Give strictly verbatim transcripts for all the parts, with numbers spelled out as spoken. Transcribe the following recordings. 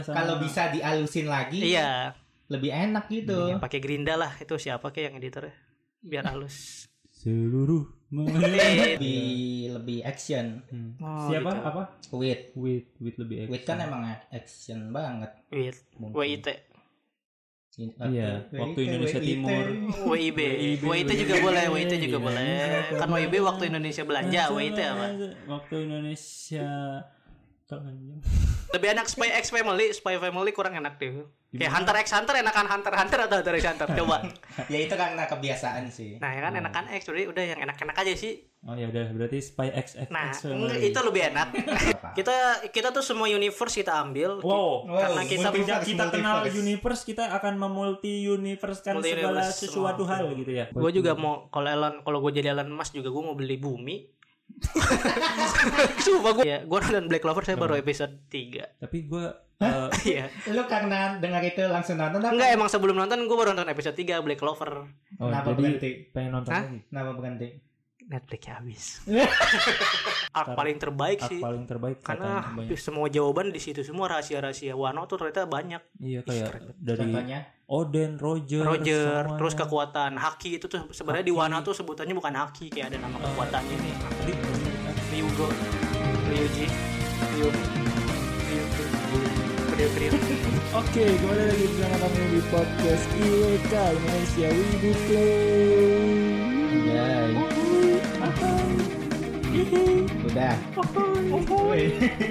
Kalau bisa dialusin lagi, iya, lebih enak gitu. ya, pakai Gerinda lah, itu siapa kayak yang editornya biar halus. Seluruh lebih lebih action. Hmm. Oh, Siapa gitu. apa? Wit, Wit, Wit lebih action. Wit kan emang action banget. Wit, W I T, Iya, waktu Indonesia Timur. W I B, W I T juga boleh, W I T juga boleh. Kan W I B waktu Indonesia belanja, W I T apa? Waktu Indonesia telanjang. Lebih enak Spy X Family, Spy Family kurang enak deh. Kayak Hunter x Hunter enakan Hunter x Hunter atau Hunter x Hunter? Coba. Ya itu karena kebiasaan sih. Nah, ya kan enakan X, jadi udah yang enak-enak aja sih. Oh ya udah, berarti Spy X X. Nah, X enggak, itu lebih enak. kita kita tuh semua universe kita ambil. Wow, Karena kita tidak kita kenal multiverse. universe, kita akan memulti universe kan Multi segala universe. sesuatu hal gitu ya. Gue juga mau kalau Elon kalau gue jadi Elon Musk juga gue mau beli bumi. Sumpah gue ya, gue nonton Black Clover saya baru episode tiga. Tapi gue Iya. Lu karena dengar itu langsung nonton apa? Enggak, emang sebelum nonton gue baru nonton episode tiga Black Clover. oh, Kenapa jadi berhenti? pengen nonton Hah? lagi. Kenapa berhenti? Netflix-nya habis. Arc paling terbaik Arc sih. paling terbaik Karena katanya banyak. semua jawaban di situ, semua rahasia-rahasia Wano tuh ternyata banyak. Iya kayak dari Contohnya? Oden, Roger, Roger, semuanya. terus kekuatan Haki itu tuh sebenarnya di Haki. Wano tuh sebutannya bukan Haki, kayak ada nama kekuatannya nih. Di- Ryugo, Ryuji, Ryugo, Ryugo, Ryugo. Oke, kembali lagi bersama kami di podcast I W K Indonesia Wibu Play. Ya. Udah. Woi.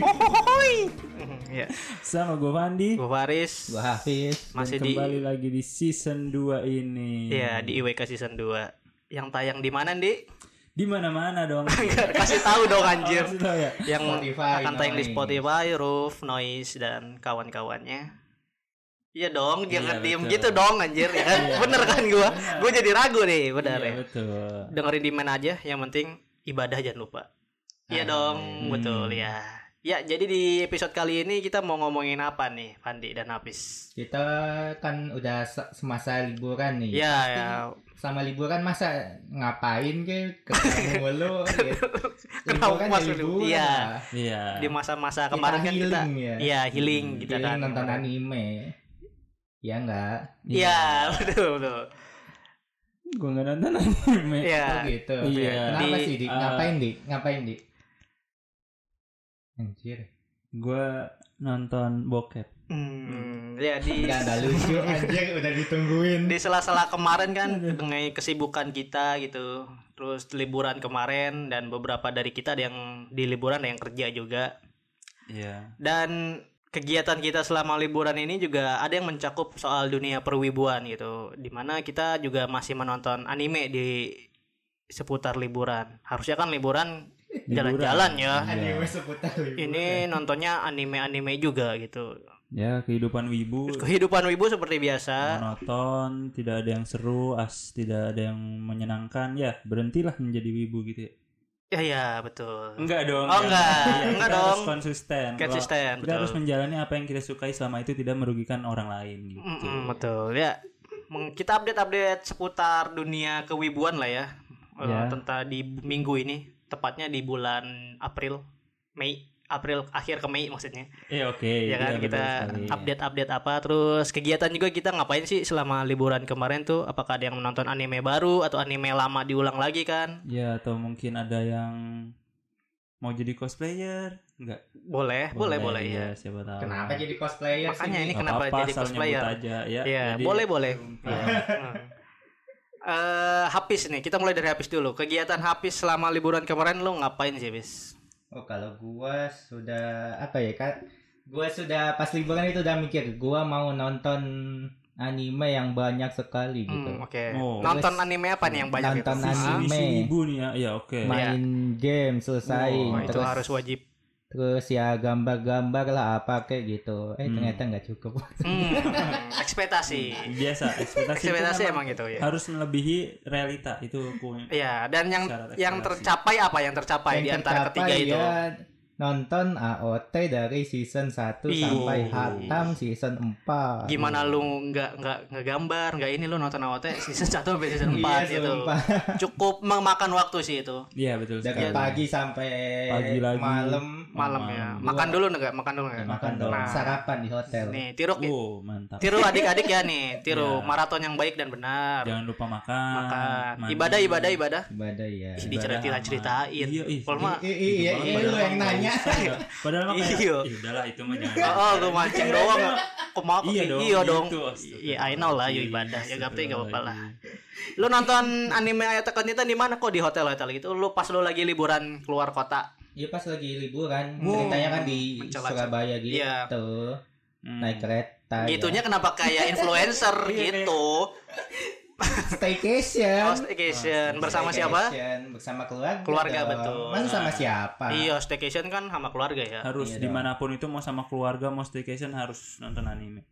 Ya, Sama gue Fandi. gue Faris. Gua Hafiz. Dan Masih di kembali lagi di season dua ini. ya di I W K season dua. Yang tayang di mana, Di? Di mana-mana dong. Kasih tahu dong anjir. Kasih tahu ya. Yang Spotify, akan tayang di Noise. Spotify, Roof, Noise dan kawan-kawannya. Iya dong, jangan Iya, diem betul. gitu dong anjir ya kan. Iya, bener kan gua? bener. Gua jadi ragu nih, bener Iya, ya. betul. Dengerin di mana aja, yang penting ibadah jangan lupa. Iya dong, Hmm. betul ya. Ya, jadi di episode kali ini kita mau ngomongin apa nih, Fandi dan Hafiz? Kita kan udah se- semasa liburan nih. Ya, Pasti ya. Sama liburan masa ngapain ke ketemu lu gitu. Kenapa Liburan pas ya lu? liburan Iya. lah. Iya. Di masa-masa Kita kemarin kan kita healing ya. Iya, healing Hmm, kita Healing kan. nonton anime. Ya enggak? Iya, betul betul. Gue nggak nonton anime. Iya. Oh gitu. Iya. Kenapa Di- sih, Dik? uh, Ngapain, Dik? Ngapain, Dik? Anjir. Gue nonton bokep. Hmm, ya di Enggak enggak lucu anjir, udah ditungguin. di sela-sela kemarin kan dengan kesibukan kita gitu, terus liburan kemarin dan beberapa dari kita ada yang di liburan ada yang kerja juga, Iya. dan kegiatan kita selama liburan ini juga ada yang mencakup soal dunia perwibuan gitu, dimana kita juga masih menonton anime di seputar liburan. Harusnya kan liburan jalan-jalan ya, Anime seputar liburan. ini nontonnya anime-anime juga gitu. Ya kehidupan wibu Kehidupan wibu seperti biasa. monoton, tidak ada yang seru, as tidak ada yang menyenangkan. Ya berhentilah menjadi wibu gitu ya. Ya ya betul. Enggak dong. Oh, enggak. Iya, Enggak kita dong. harus konsisten. Kalau Konsisten, Kita betul. harus menjalani apa yang kita sukai selama itu tidak merugikan orang lain gitu. Mm-mm, betul ya. Meng- Kita update-update seputar dunia kewibuan lah ya. Eh, Ya. tentang di minggu ini, tepatnya di bulan April, Mei, April akhir ke Mei maksudnya. Eh oke. Ya kan iya, kita betul sekali. update-update apa, terus kegiatan juga kita ngapain sih selama liburan kemarin tuh? Apakah ada yang menonton anime baru atau anime lama diulang lagi kan? Ya atau mungkin ada yang mau jadi cosplayer? Enggak. Boleh, boleh, boleh ya. Siapa tahu. Kenapa jadi cosplayer Makanya sih? ini Nggak kenapa apa-apa, jadi asal cosplayer? nyebut aja ya. Iya, Jadi- boleh, boleh. Iya. Hmm. Eh, Hafiz nih, kita mulai dari Hafiz dulu. Kegiatan Hafiz selama liburan kemarin lu ngapain sih, Hafiz? Oh, kalau gua sudah apa ya, Kak? Gua sudah pas liburan itu udah mikir, gua mau nonton anime yang banyak sekali gitu. Hmm, oke. Oh. Nonton anime apa nih yang banyak Nonton itu? anime. Ah, Visi ibu nih ya. Ya oke. Main game selesai, oh, itu terus harus wajib. terus ya gambar-gambar lah apa kayak gitu. Eh Hmm. ternyata nggak cukup. Hmm, ekspektasi. Biasa ekspektasi, itu Ekspektasi memang emang gitu ya. harus melebihi realita itu punya. Iya, dan yang Syarat yang ekspektasi. tercapai apa yang tercapai di Yang antara tercapai ketiga itu? ya nonton A O T dari season satu Ih. sampai hatam season empat. Gimana lu nggak nggak ngegambar nggak ini lu nonton A O T season satu sampai season empat Iya, gitu. sumpah. Cukup memakan waktu sih itu. Iya betul Dari sekali. pagi sampai Pagi lagi. malam Malam ya. Malam. Makan dulu enggak? Makan dulu enggak? makan dong. Nah. Sarapan di hotel. Nih, tiru Oh mantap. tiru adik-adik ya nih. Tiru Iya. maraton yang baik dan benar. Jangan lupa makan. Makan. mandi. Ibadah ibadah ibadah. Ibadah ya. Ih, dicerita-ceritain. Iya, ih. Kalau mah Iya, iya, Itu iya, banget, lu padahal yang mah nanya. nggak usah, ya. Padahal mah kayak, Iya. "Ih, udahlah itu mah jangan. oh, lu mancing doang. Kemau Iya dong, Iya dong. gitu, astaga. Iya, I know lah, yuk ibadah. Ya gak Astagfirullah. apa-apa lah. Lu nonton anime Attack on Titan di mana kok di hotel-hotel gitu? Lu pas lu lagi liburan keluar kota. Iya pas lagi liburan, Wow. ceritanya kan di Mencela-cela. Surabaya gitu. Iya. Hmm. Naik kereta. Gitunya ya. kenapa kayak influencer gitu? Staycation. Oh, staycation bersama siapa? Staycation bersama keluarga. Keluarga, dong. betul. Masa sama siapa? Iya, staycation kan sama keluarga ya. Harus Iya dong. dimanapun itu mau sama keluarga mau staycation harus nonton anime.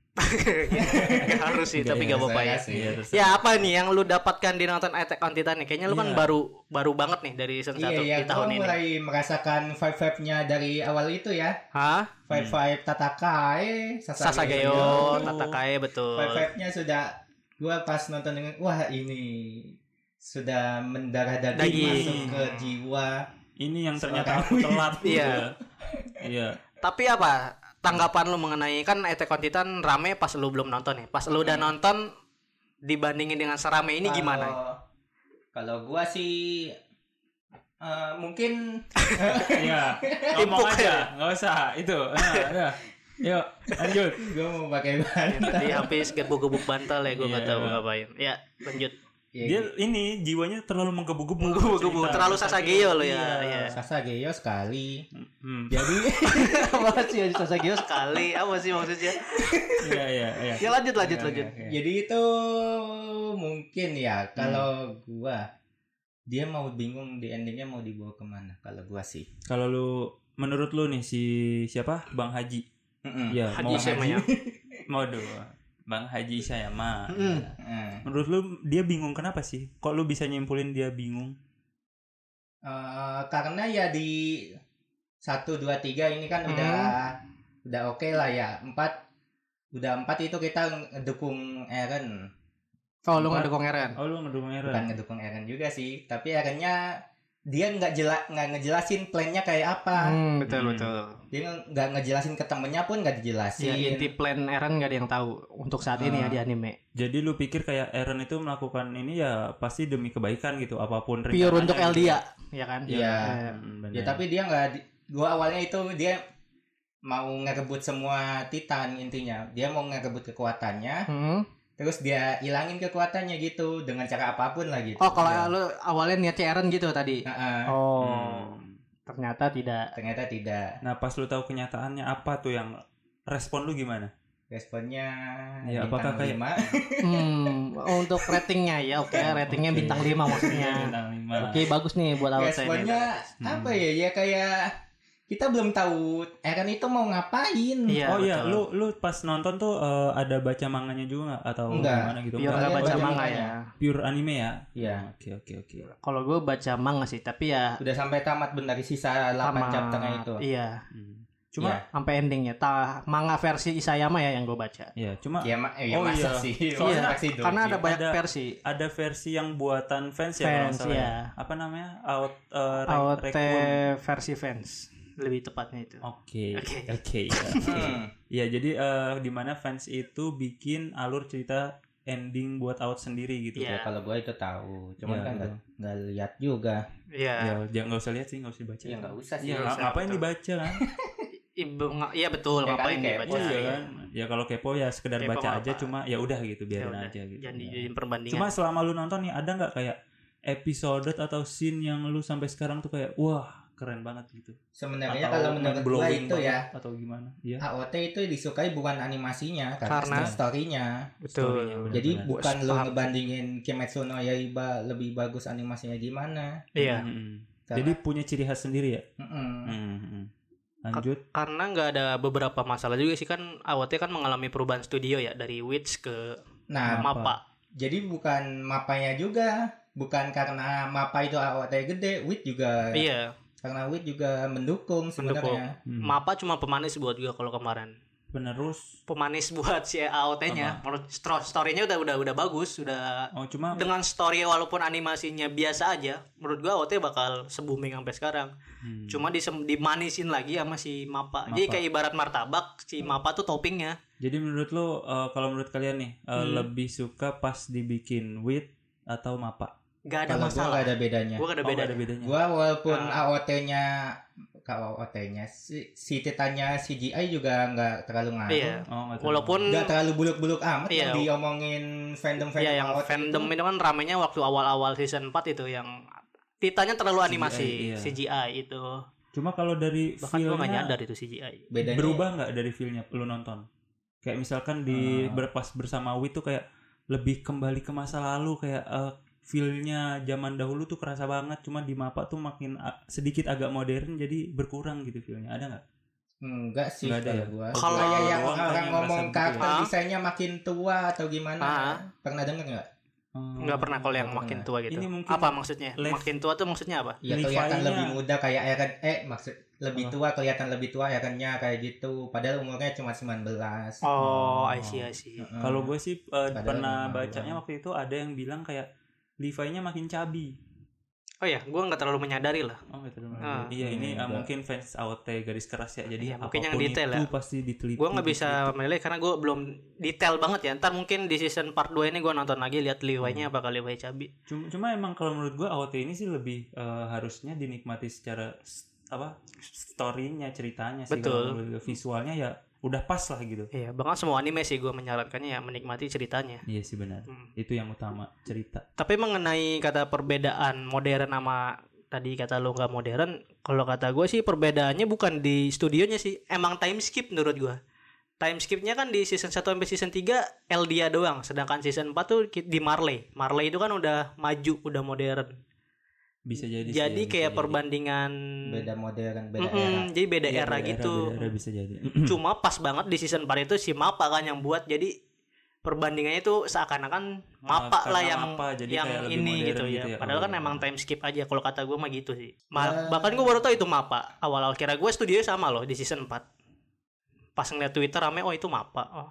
Harus sih, tapi gak apa-apa ya. Saya sih. Iya terus. Ya apa nih yang lu dapatkan di nonton Attack on Titan nih? Kayaknya lu kan Iya. baru baru banget nih dari season Iya, satu iya, di tahun gua ini. mulai merasakan vibe-vibe-nya dari awal itu ya. Hah? Vibe-vibe Tatakae, Sasageo, Tatakae betul. Vibe-vibe-nya sudah gua pas nonton dengan wah ini sudah mendarah daging Daging. masuk ke jiwa. Ini yang ternyata aku telat. Iya. gitu. Iya. Tapi apa tanggapan lu mengenai kan Attack on Titan rame pas lu belum nonton nih. Pas lu udah nonton dibandingin dengan serame ini Kalau- gimana? Kalau gua sih eh, mungkin Iya. Timpuk Ngomong ya. aja, nggak usah itu. Nah, udah. Yuk, lanjut. gua mau pakai bahan. Tadi habis gebuk-gebuk bantal ya, gue nggak Iya. tahu ngapain. Ya, lanjut. Dia ini jiwanya terlalu menggebu-gebu. Gebuk-gebuk cerita. terlalu Sasageo lo ya. Iya. Iya. Sasageo sekali. Hmm. Jadi Apa sih Sasageo sekali? Apa sih maksudnya? Iya, iya, iya. Ya lanjut lanjut lanjut. jadi itu mungkin ya kalau gua dia mau bingung di endingnya mau dibawa kemana kalau gua sih. Kalau lu menurut lu nih si siapa? Bang Haji. Mm-mm. Iya, Haji mau siapa ya? Mau doa. Bang Haji Sayama. Mm. Eh, Menurut lu dia bingung kenapa sih? Kok lu bisa nyimpulin dia bingung? eh, karena ya di satu dua tiga ini kan Hmm. udah udah oke lah ya. Empat udah empat itu kita ngedukung Eren. Oh, lu Empat. ngedukung Eren. Oh, lu ngedukung Eren. Bukan ngedukung Eren juga sih, tapi Erennya dia nggak jelas nggak ngejelasin plannya kayak apa. Hmm, betul Hmm. betul. Dia nggak ngejelasin ke temennya pun nggak dijelasin. Ya, inti plan Eren nggak ada yang tahu untuk saat ini ya Ah. di anime. Jadi lu pikir kayak Eren itu melakukan ini ya pasti demi kebaikan gitu, apapun Pure rencananya untuk gitu. Eldia, ya kan? Iya. Eh, Hmm, benar. Ya tapi dia nggak. di- Gua awalnya itu dia mau ngerebut semua Titan intinya. Dia mau ngerebut kekuatannya, hmm. terus dia ilangin kekuatannya gitu dengan cara apapun lah gitu. Oh, kalau Ya. lu awalnya niatnya Eren gitu tadi. Heeh. Oh, Hmm. ternyata tidak. Ternyata tidak. Nah, pas lu tahu kenyataannya apa tuh yang respon lu gimana? Responnya Ya, apakah bintang kayak- lima. Hmm, oh, untuk ratingnya ya, oke, ratingnya Oke. bintang lima maksudnya. Bintang lima. Oke, bagus nih buat awal saya. Responnya Hmm. apa ya? Ya kayak kita belum tahu Eren itu mau ngapain. Iya, Oh iya, betul. lu lu pas nonton tuh eh, ada baca manganya juga nggak atau Enggak. gimana gitu? Pure Enggak. nggak Kalian baca baca manga manganya? ya. Pure anime ya? Iya. Oke, oke, oke. Kalau gue baca manga sih, tapi ya Udah sampai tamat benar di sisa delapan tamat. chapternya itu. Iya, Hmm. Cuma Iya. sampai endingnya. Ta manga versi Isayama ya yang gue baca. ya, cuma Ya, ma- eh, ya Oh, masa iya. sih? Iya, Masa sih karena doji? ada banyak Ada- versi. ada versi yang buatan fans ya kalau Fans, nggak salah iya. ya. Apa namanya? Out eh, Re- A O T Requiem. versi fans, lebih tepatnya itu. Oke, Oke. oke. ya. Hmm. Ya, jadi eh, di mana fans itu bikin alur cerita ending buat out sendiri gitu. Iya. Ya kalau gue itu tahu, cuman Iya, kan nggak betul. nggak lihat juga. Iya. Ya, jangan nggak usah lihat sih, nggak usah dibaca. Ya nggak usah sih. Iya, nggak usah, ngapain betul. dibaca kan? Ibu nggak, iya betul, Ya, ngapain kali kayak- dibaca? Oh iya Iya. kan? Ya kalau kepo ya sekedar Kepo baca nggak aja, apa. cuma ya udah gitu, Ya biarin udah, aja gitu. Jangan Ya. dijadiin perbandingan. Cuma selama lu nonton nih ada nggak kayak episode atau scene yang lu sampai sekarang tuh kayak wah keren banget gitu? Sebenarnya Atau kalau menurut gue mind-blowing itu ya banget atau gimana? Iya. A O T itu disukai bukan animasinya Karena- karena story-nya. betul. Story-nya bener. Jadi Benar. bukan lu Paham. ngebandingin Kimetsu no Yaiba lebih bagus animasinya gimana. Iya. Mm-mm. Karena- Jadi punya ciri khas sendiri ya. Mm-mm. Mm-mm. Lanjut. Karena nggak ada beberapa masalah juga sih kan A O T kan mengalami perubahan studio ya dari Witch ke Nah, Mapa. Mappa. jadi bukan mapanya juga, bukan karena mapa itu A O T gede, Wit juga Iya. karena Wit juga mendukung sebenarnya. Hmm. Mappa cuma pemanis buat gua kalau kemarin. Penerus Pemanis buat si A O T-nya. Menurut story-nya udah udah udah bagus, udah oh cuma dengan story walaupun animasinya biasa aja, menurut gua A O T bakal se-booming sampai sekarang. Hmm. Cuma disem- dimanisin lagi sama si Mappa. Mappa. Jadi kayak ibarat martabak, si Mappa tuh toppingnya. Jadi menurut lo uh, kalau menurut kalian nih uh, hmm. lebih suka pas dibikin Wit atau Mappa? Gak ada kalau masalah. Gua gak ada bedanya. Gua gak ada, oh, beda. gak ada bedanya. Gua walaupun uh. A O T-nya kalau A O T-nya si, si Titanya C G I juga nggak terlalu ngaruh. Iya. Oh, walaupun nggak terlalu buluk-buluk amat iya. yang diomongin fandom-fandom iya, yang A O T fandom itu. itu kan ramenya waktu awal-awal season empat itu yang Titanya terlalu animasi C G I, iya. C G I itu. Cuma kalau dari bahkan gua nggak nyadar itu C G I. Bedanya berubah nggak dari feel-nya lu nonton? Kayak misalkan di uh. berpas bersama Wit tuh kayak lebih kembali ke masa lalu kayak uh, feel-nya zaman dahulu tuh kerasa banget, cuma di Mappa tuh makin a- sedikit agak modern jadi berkurang gitu feel-nya. Ada nggak? Enggak sih nggak ada kalau ya? gua. Kalau kayak yang orang ngomong karakter gitu ya? desainnya makin tua atau gimana? Ah. Pernah dengar nggak? Hmm, nggak pernah kalau yang makin tua gitu. Apa maksudnya? Lev- makin tua tuh maksudnya apa? Ya kelihatan lebih muda kayak Eren eh maksud lebih tua kelihatan lebih tua Erennya kayak gitu. Padahal umurnya cuma sembilan belas. Oh, I see I see. Uh-uh. Kalau gue sih uh, pernah bacanya waktu itu ada yang bilang kayak Levi-nya makin cabi. Oh ya, gue nggak terlalu menyadari lah. Oh nggak terlalu menyadari. Uh, iya ini uh, mungkin fans A O T garis keras ya. Jadi iya, mungkin yang detail itu ya. Pasti diteliti. Gue nggak bisa menilai karena gue belum detail banget ya. Ntar mungkin di season part dua ini gue nonton lagi lihat Levi-nya hmm. apakah Levi cabi. Cuma, cuma emang kalau menurut gue A O T ini sih lebih uh, harusnya dinikmati secara apa story-nya, ceritanya sih. Betul. Kalau visualnya ya udah pas lah gitu. Iya, bahkan semua anime sih gue menyarankannya ya menikmati ceritanya. Iya sih benar. Hmm. Itu yang utama, cerita. Tapi mengenai kata perbedaan modern sama tadi kata lo nggak modern, kalau kata gue sih perbedaannya bukan di studionya sih, emang time skip menurut gue. Time skipnya kan di season satu sampai season tiga Eldia doang, sedangkan season empat tuh di Marley. Marley itu kan udah maju, udah modern. Bisa jadi jadi sih, kayak bisa perbandingan beda modern beda mm-mm, era jadi beda iya, era beda gitu era, beda era bisa jadi. Cuma pas banget di season empat itu si Mappa kan yang buat, jadi perbandingannya itu seakan-akan Mappa nah, lah yang Mappa, jadi yang ini gitu, gitu ya. ya padahal oh, kan iya. Emang time skip aja kalau kata gue mah gitu sih. Ma- uh, bahkan gue baru tahu itu Mappa awal-awal, kira gue studionya sama loh di season empat. Pas ngeliat Twitter rame, oh itu Mappa. Oh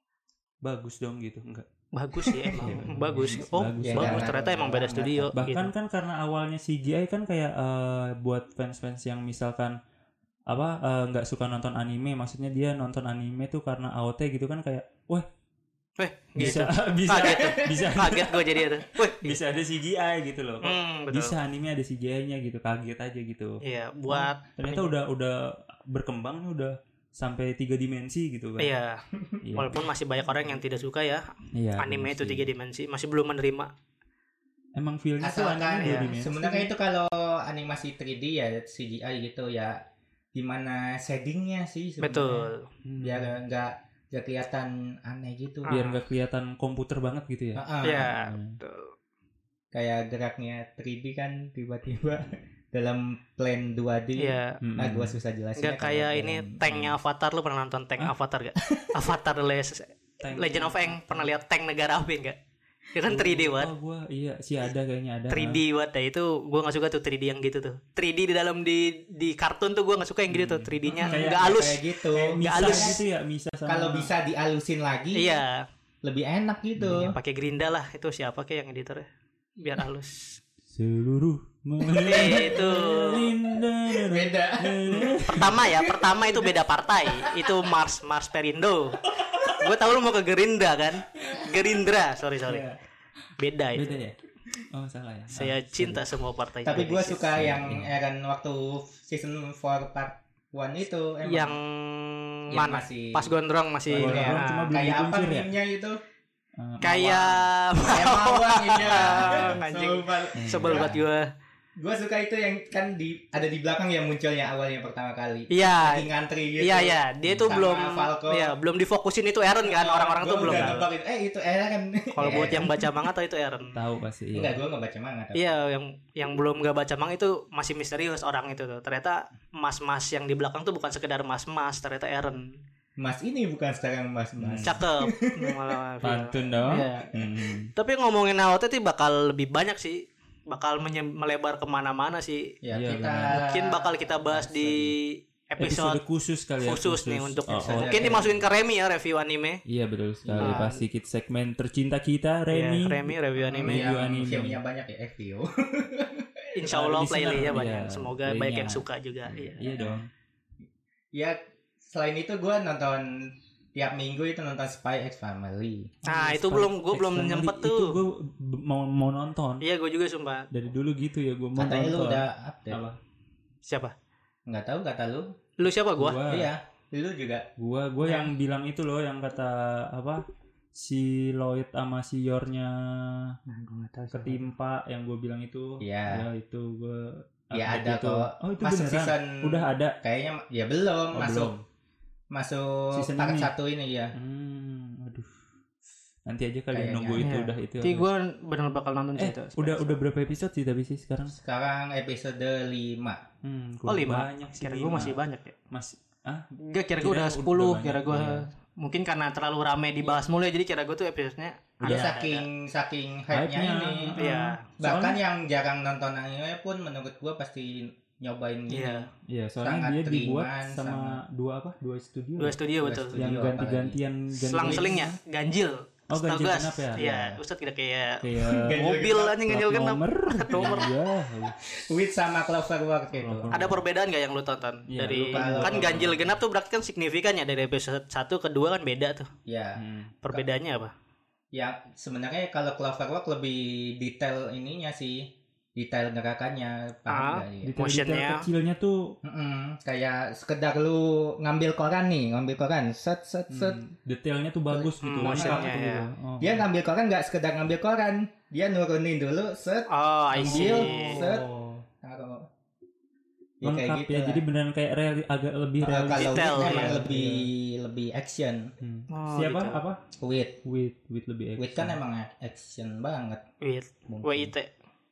bagus dong gitu, enggak bagus sih emang bagus oh bagus, ya, bagus. Ternyata emang beda studio bahkan gitu. Kan karena awalnya C G I kan kayak uh, buat fans-fans yang misalkan apa nggak uh, suka nonton anime, maksudnya dia nonton anime tuh karena A O T gitu kan kayak wah eh bisa gitu. bisa kaget bisa kaget gue jadi itu weh bisa ada C G I gitu loh. Hmm, bisa anime ada C G I-nya gitu, kaget aja gitu. Iya buat oh, ternyata udah udah berkembang nih, udah sampai tiga dimensi gitu kan. Iya. Iya. Walaupun masih banyak orang yang tidak suka ya. Iya, anime itu tiga dimensi, masih belum menerima. Emang feel-nya tuh anime dua ya, dimensi. Sebenarnya itu kalau animasi tiga D ya C G I gitu ya, gimana shadingnya sih sebenarnya. Betul. Biar enggak enggak kelihatan aneh gitu. Biar enggak kelihatan komputer banget gitu ya. Uh-uh. Iya, betul. Kayak geraknya tiga D kan tiba-tiba dalam plan dua D. Iya. Nah, gua susah jelasinnya. Enggak kayak ini dalam... tanknya Avatar, lu pernah nonton tank Hah? Avatar gak? Avatar The Legend of Aang, pernah lihat tank negara api enggak? Itu kan tiga D watt. Oh, gua iya sih ada kayaknya ada. tiga D watt ya, itu gua enggak suka tuh tiga D yang gitu tuh. tiga D di dalam di di kartun tuh gua enggak suka yang gitu tuh. tiga D-nya enggak halus. Kayak gitu. Enggak halus gitu ya, bisa sama. Kalau bisa dialusin lagi. Iya. Lebih enak gitu. Iya, pakai Gerinda lah, itu siapa kayak yang editornya? Biar halus. Seluruh itu beda. Pertama ya, pertama itu beda partai. Itu Mars Mars Perindo. Gue tahu lu mau ke Gerindra kan? Gerindra, sorry sorry. Beda itu. Beda ya? Oh salah ya. Saya oh, cinta sorry. Semua partai. Tapi gue suka yang Eren waktu season empat part one itu emang. Yang, yang mana? Masih... Pas gondrong masih ini ya. Cuma kayak apa meme-nya itu? Uh, kayak kayak mawang ini ya. Anjing. Sebel banget gue. Gue suka itu yang kan di ada di belakang yang munculnya awalnya pertama kali. Iya. Lagi ngantri gitu. Iya iya, dia tuh belum iya, belum difokusin itu Eren kan, orang-orang tuh belum. Tahu. Eh itu Eren. Kalau buat yang baca manga tuh itu Eren. Tahu pasti. Iya. Enggak, gue enggak baca manga. Tapi. Iya, yang yang belum enggak baca manga itu masih misterius orang itu tuh. Ternyata mas-mas yang di belakang tuh bukan sekedar mas-mas, ternyata Eren. Mas ini bukan sekarang mas-mas. Cakep. Pantun dong. Iya. Hmm. Tapi ngomongin A O T tuh bakal lebih banyak sih bakal menye- melebar kemana-mana sih. Ya, Iya, kita Mungkin bakal kita bahas di episode, episode khusus kali ya. khusus nih untuk Oh, oh. mungkin dimasukin ke Remi ya review anime. Iya betul sekali. Nah. Pasti kita segmen tercinta kita Remi. Iya, Remi review anime. Review yang anime. filmnya banyak ya, eh view. Insya Allah Listener, playlistnya iya, banyak. Semoga playnya. banyak yang suka juga. Iya. Iya dong. Ya, selain itu gue nonton tiap minggu itu nonton Spy X Family. Nah itu Spy belum gue X belum Family, nyempet Itu tuh. gue mau mau nonton. Iya gue juga sumpah. Dari dulu gitu ya gue mau Katanya nonton. lu udah update. Apa? Siapa? Nggak tahu kata lu? Lu siapa gua? Gua, Iya, lu juga. gua, gua yang bilang itu loh yang kata apa? Si Lloyd sama si Yornya ketimpa yang gue bilang itu. Iya. Ya itu gue. Ya ada kok. Oh itu Masuk beneran. season Udah ada. Kayaknya ya belum Oh, masuk. belum. Masuk Season part ini? satu ini ya. Hmm, aduh. Nanti aja kali Kayaknya, nunggu itu iya. udah itu. Jadi gue bener bakal nonton eh, sih itu. udah udah berapa episode sih tapi sih sekarang? Sekarang episode lima. Hmm, Oh lima. banyak sih. Kira gue lima. masih banyak ya. Masih ah, Enggak kira gue Kira udah udah sepuluh. banyak, Kira gue iya. mungkin karena terlalu rame dibahas mulu ya. Jadi kira gue tuh episodenya Dia ada- saking saking hype-nya Hype-nya. ini. Iya. Bahkan yang jarang nonton anime pun menurut gua pasti nyobain gini. Iya. iya, soalnya Sangat dia dibuat ringan, sama, sama- dua apa? Dua studio. Dua ya? studio Dua betul. studio. yang apalagi. ganti-gantian ganti Selang-selingnya ganjil. Oh, ganjil Astaga. genap ya? Iya, Ustaz kita kayak kayak Ganjil mobil genap. anjing ganjil plat genap. nomor. Nomor. Iya. Wit sama Cloverwork gitu. Cloverwork. Ada perbedaan gak yang lu tonton? Iya, Dari lupa. kan ganjil genap tuh berarti kan signifikan ya dari episode satu ke dua kan beda tuh. Ya. Hmm. Perbedaannya apa? Ya sebenarnya kalau Cloverwork lebih detail ininya sih. Detail gerakannya, Ah. paham nggak ya? Detail-detail Motionnya. kecilnya tuh Mm-mm. Kayak sekedar lu ngambil koran nih, ngambil koran, set set set. hmm, detailnya tuh bagus gitu. Hmm, motionnya, Lengkap gitu. ya. Oh. Dia ngambil koran nggak sekedar ngambil koran, dia nurunin dulu, set, Oh, I see. Ambil, set. Oh. taruh. Ya, Lengkap kayak gitu ya, lah. jadi beneran kayak reali, agak lebih Uh, realistis. kalau Detail, Wit memang ya. lebih lebih action. Hmm. Oh, Siapa? gitu. Apa? Wit, Wit, Wit lebih action. Wit kan emang action banget. Wait, Mungkin. W I T.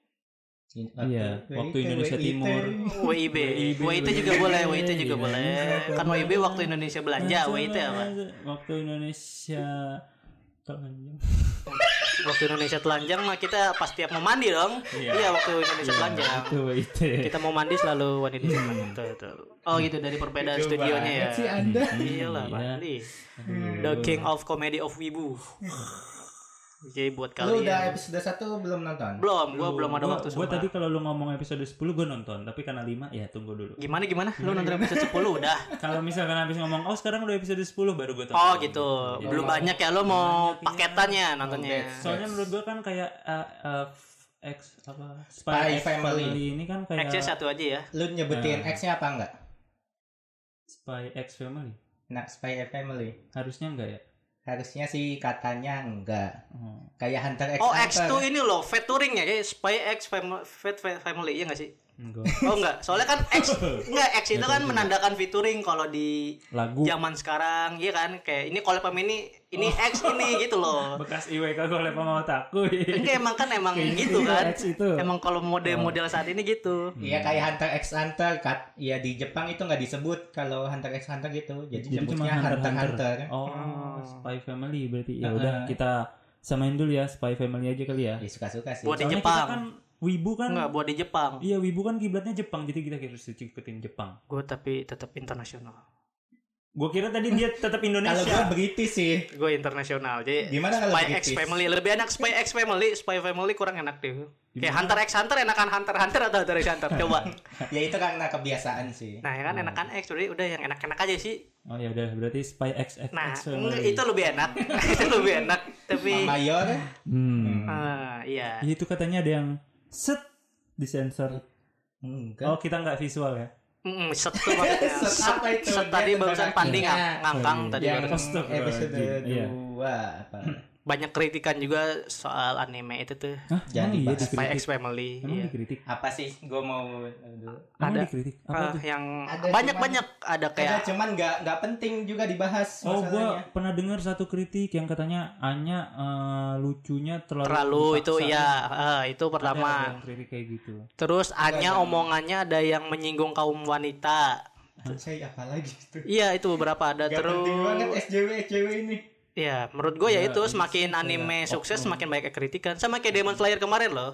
Iya, W I T, waktu Indonesia W I T. Timur. W I B. W I T juga boleh, W I T juga Iya. boleh. Kan W I B waktu Indonesia belanja, W I T apa? Waktu Indonesia telanjang. Waktu Indonesia telanjang mah kita pas tiap mau mandi dong. Iya. Iya, waktu Indonesia telanjang. Itu W I T. Kita mau mandi selalu wanita telanjang. Betul, betul. Oh gitu dari perbedaan Lucu studionya ya. banget sih Anda. Iyalah, Iya. Bali. The King of Comedy of Wibu. Jadi buat Lu kalian. udah episode satu belum nonton? Belum, gua belum ada Gua- waktu Gua sumpah. tadi kalau lu ngomong episode sepuluh gua nonton, tapi karena lima ya tunggu dulu. Gimana gimana? Lu nonton episode sepuluh udah. Kalau misalkan habis ngomong, oh sekarang udah episode sepuluh baru gua tonton. Oh gitu. Belum banyak ya lo mau Banyak, iya. paketannya nontonnya. Oke. Soalnya menurut gua kan kayak uh, uh, X apa Spy X Family. ini kan kayak X satu aja ya. Lu nyebutin Nah. X-nya apa enggak? Spy X Family. Nah, Spy X Family. Harusnya enggak ya? Harusnya sih katanya enggak. Oh. Kayak Hunter X Oh Hunter. X tuh ini loh, featuring ya kayak Spy X Fam- Fat Fat Family iya nggak sih? Enggak. Oh enggak, soalnya kan X enggak X itu kan menandakan featuring kalau di Lagu zaman sekarang, iya kan? Kayak ini collab sama ini, ini X ini gitu loh. bekas I W K gue lepas mau takut. Enggak emang kan emang gitu kan. X itu. Emang kalau model-model saat ini gitu. Iya kayak Hunter X Hunter kat. Iya di Jepang itu nggak disebut kalau Hunter X Hunter gitu. Jadi, Jadi cuma sebutnya Hunter Hunter Hunter. Oh, Oh. Spy Family berarti. Ya Uh-uh. udah kita samain dulu ya Spy Family aja kali ya. Ya suka-suka sih. Buat di Soalnya Jepang. kita kan Wibu kan. Enggak buat di Jepang. Iya, Wibu kan kiblatnya Jepang, jadi kita harus ikutin Jepang. Gue tapi tetap internasional. Gua kira tadi dia tetap Kalau Indonesia. gue British sih. Gue internasional. Jadi Gimana kalau Spy British? X Family lebih enak Spy X Family, Spy Family kurang enak deh. Kayak Hunter X Hunter enakan Hunter x Hunter atau Hunter x Hunter coba. Ya itu karena kebiasaan sih. Nah, ya kan enakan X jadi udah yang enak-enak aja sih. Oh ya udah, berarti Spy X X Nah, X enggak, Family. itu lebih enak. Itu lebih enak. Tapi Mayor. Hmm. ah, iya. Ya, itu katanya ada yang set disensor. Enggak. Oh, kita nggak visual ya. Mm, set tuh maksudnya. Set Set, apa itu? set Dia tadi barusan tendangan Pandi kakinya. ngang- ngangkang Oh, tadi yang barusan. Astagfirullahaladzim. episode Iya. dua apa? Banyak kritikan juga soal anime itu tuh. Hah? Jangan Emang iya dibahas. Spy X dikritik. Family. Emang Iya. dikritik. Apa sih? Gue mau dulu. Emang Ada. dikritik. Apa Ah, tuh? yang Ada, banyak-banyak ada Ada kayak cuman nggak nggak penting juga dibahas Oh, masalahnya. gua pernah dengar satu kritik yang katanya Anya eh, lucunya terlalu terlalu itu dipaksa. ya ah, itu Ada pertama. yang kritik kayak gitu. Terus Anya yang- omongannya ada yang menyinggung kaum wanita. Saya apa lagi itu? Iya itu beberapa ada. Gak Terus penting banget S J W S J W ini. ya menurut gue ya Ya, itu ini semakin sih anime kayak sukses oknum. semakin banyak kritikan. Sama kayak Demon Slayer kemarin loh.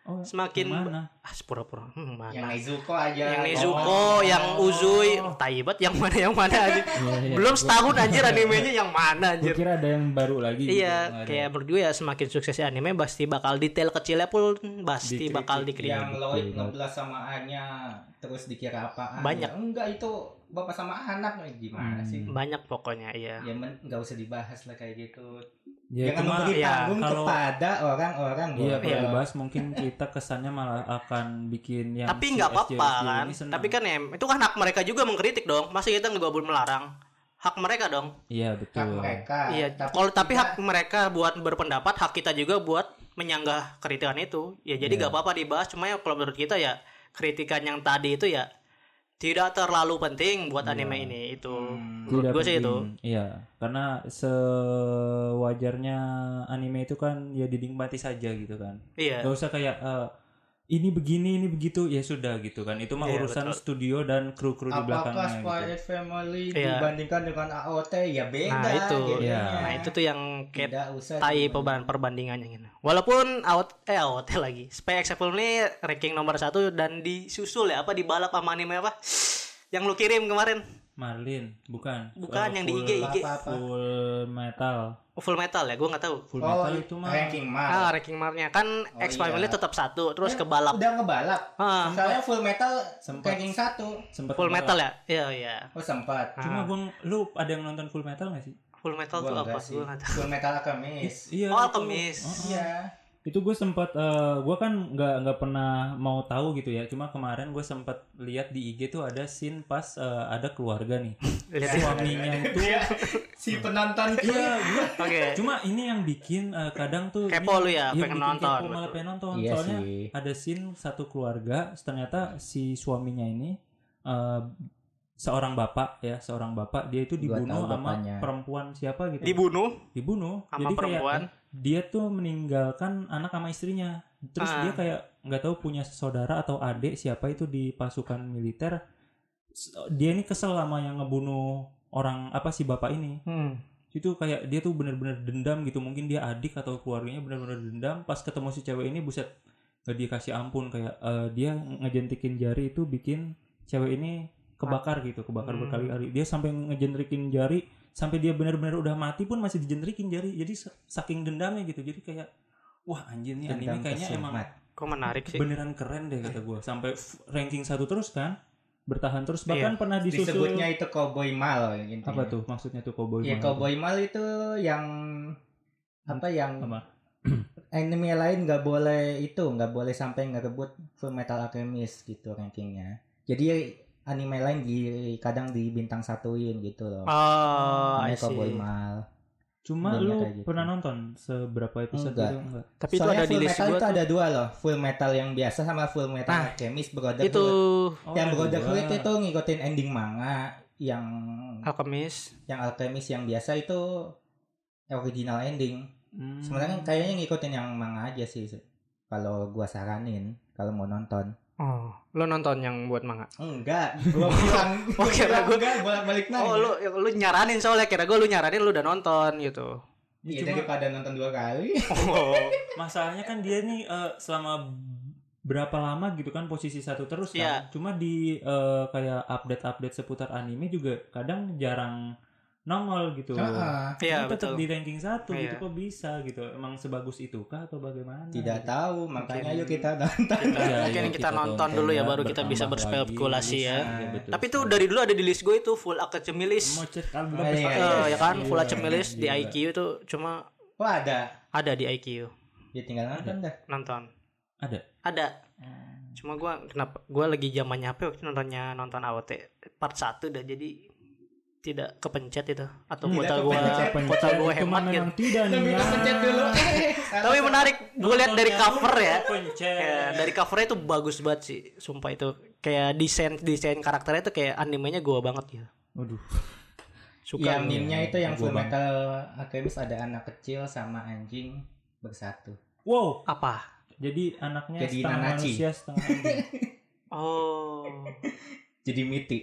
Oh, Semakin yang mana? ah pura-pura hmm, mana? Yang Nezuko aja. Yang Nezuko, Oh. yang Uzui, Taibat yang mana yang mana aja. Iya, iya. Belum setahun anjir animenya yang mana Gue anjir. kira ada yang baru lagi. gitu. Nggak Iya, ada. kayak menurut gue ya semakin suksesnya anime pasti bakal detail kecilnya pun pasti Dikritik. bakal dikritik. Yang Lloyd Betul. ngeblas sama A-nya terus dikira apaan. Banyak. Ya, enggak itu bapak sama anak gimana Hmm. sih? Banyak pokoknya iya. Ya men nggak usah dibahas lah kayak gitu. Ya, Jangan cuma memberi ya, panggung kalau- kepada orang-orang. Iya, bahwa- kalau dibahas mungkin kita kesannya malah akan bikin yang Tapi si nggak S J apa-apa S J kan. ini senang. Tapi kan ya itu kan hak mereka juga mengkritik dong. Masa kita nggak boleh melarang? Hak mereka dong. Iya, hak betul. mereka. Iya. Kalau tapi hak mereka buat berpendapat, hak kita juga buat menyanggah kritikan itu. Ya jadi Iya. nggak apa-apa dibahas. Cuma ya kalau menurut kita ya kritikan yang tadi itu ya tidak terlalu penting buat Iya. anime ini itu. Hmm. Menurut gue sih itu. Iya, karena sewajarnya anime itu kan ya dinikmati saja gitu kan. Iya. Gak usah kayak eh, ini begini, ini begitu, ya sudah gitu kan. Itu mah Iya, urusan betul. studio dan kru-kru di Apakah belakangnya Spy gitu. X Family Iya. dibandingkan dengan A O T ya beda. Nah itu, Iya. nah itu tuh yang kayak Tidak usah. tai dibanding- perban perbandingannya gitu. Walaupun out eh out lagi. Spy X Family ini ranking nomor satu dan disusul ya apa di balap sama anime apa? Yang lu kirim kemarin. Marlin, bukan. Bukan, Eh, yang di full- I G I G. Apa-apa. Full metal. Oh, Full Metal ya, gue nggak tahu. Full Oh, metal itu mah ranking mark. Ah, ranking marknya kan Oh, X Family iya. tetap satu, terus Eh, ke balap. Udah ngebalap. Ah, Soalnya full metal Sempat. ranking satu. sempat Full ngebalap. Metal ya? Iya, iya. Oh sempat. Ah, Cuma gua lu ada yang nonton Full Metal gak sih? Full Metal tuh Gua apa? enggak sih. Gue nggak tahu. Full metal Alchemist. Iya. Oh, itu- Alchemist. Oh, oh. Iya. Itu gue sempat eh gue kan nggak nggak pernah mau tahu gitu ya. Cuma kemarin gue sempat lihat di I G tuh ada scene pas eh, ada keluarga nih. Lihat Ya. Suaminya itu. Dia si penonton Iya, gua Oke. cuma ini yang bikin eh, kadang tuh Kepo lu ini- ya, iya, pengen bikin nonton, kepo, malah betul. pengen nonton. Iya Soalnya sih. ada scene satu keluarga, ternyata si suaminya ini eh, seorang bapak ya, seorang bapak dia itu Gua dibunuh tahu sama bapaknya. perempuan siapa gitu. Dibunuh Dibunuh. sama Jadi perempuan. kayak dia tuh meninggalkan anak sama istrinya. Terus Ah. dia kayak nggak tahu punya saudara atau adik siapa itu di pasukan militer. S- Dia ini kesel sama yang ngebunuh orang apa si bapak ini. Hmm. Itu kayak dia tuh bener-bener dendam gitu, mungkin dia adik atau keluarganya bener-bener dendam. Pas ketemu si cewek ini buset gak dikasih ampun, kayak eh, dia ngejentikin jari itu bikin cewek ini kebakar gitu, kebakar Hmm. berkali-kali. Dia sampai ngejentikin jari sampai dia bener-bener udah mati pun masih dijentikin jari. Jadi sa- saking dendamnya gitu. Jadi kayak wah anjir nih anime Dendam kayaknya emang kesumat. Kok menarik sih? beneran keren deh kata gue. Sampai f- ranking satu terus kan, bertahan terus. Bahkan Iya. pernah disusul. Disebutnya itu Cowboy Mal intinya. Apa tuh maksudnya tuh cowboy? Ya Mal? Cowboy Mal itu yang apa yang Apa? anime lain nggak boleh itu nggak boleh sampai ngerebut Full Metal Alchemist gitu rankingnya. Jadi anime lain di kadang di bintang satuin gitu loh. Oh, I Namanya see. Cowboy Mal. Cuma Banyak lu kayak gitu. pernah nonton seberapa episode Enggak. itu enggak? Tapi itu Soalnya ada di Full list Metal gua itu tuh. ada dua loh, Full Metal yang biasa sama Full Metal Nah, Alchemist Brotherhood. Itu Oh, yang ada Brotherhood dua. itu ngikutin ending manga, yang Alchemist. yang Alchemist yang biasa itu original ending. Hmm. Sebenarnya kayaknya ngikutin yang manga aja sih. Kalau gua saranin kalau mau nonton. Oh, lo nonton yang buat manga? Enggak, gua bilang. Oh, kira gua- enggak bolak-balik nanya. Oh, lu lu nyaranin soalnya kira gue lu nyaranin lu udah nonton gitu. Iya, Cuma daripada nonton dua kali. Oh. masalahnya kan dia nih eh, selama berapa lama gitu kan posisi satu terus kan. Iya. Cuma di eh, kayak update-update seputar anime juga kadang jarang nongol gitu. Heeh. Iya, Ini tetap betul. di ranking satu Iya. gitu, kok bisa gitu. Emang sebagus itukah atau bagaimana? Tidak gitu. tahu, makanya Mungkin- yuk kita nonton. Kita, Iya, mungkin iya, kita, nonton dulu ya baru kita bisa bertambah berspekulasi lagi. ya. Iya, betul Tapi itu sekali. dari dulu ada di list gue itu full Academy list. mau cek kan Oh, iya, Eh, ya kan Iya, full Academy list di gila. I Q itu cuma Oh ada. ada di I Q Ya tinggal nonton dah. nonton. Ada. Ada. Cuma gua kenapa gua lagi zamannya apa ya, waktu itu nontonnya nonton A O T part satu dah jadi tidak kepencet itu atau Tidak kuota gua kepencet. kuota gua Cuma hemat gitu. memang tidak nih. Lebih ya. kepencet dulu. Tapi menarik, gue lihat dari cover ya. Pencet. Ya, dari covernya itu bagus banget sih, sumpah itu kayak desain desain karakternya itu kayak animenya gua banget gitu. Waduh. Suka. Ya meme-nya itu yang Gua Full bang. Metal Alchemist ada anak kecil sama anjing bersatu. Wow. Apa? Jadi anaknya Jadi setengah Nanachi. manusia setengah anjing. Oh. Jadi mythic.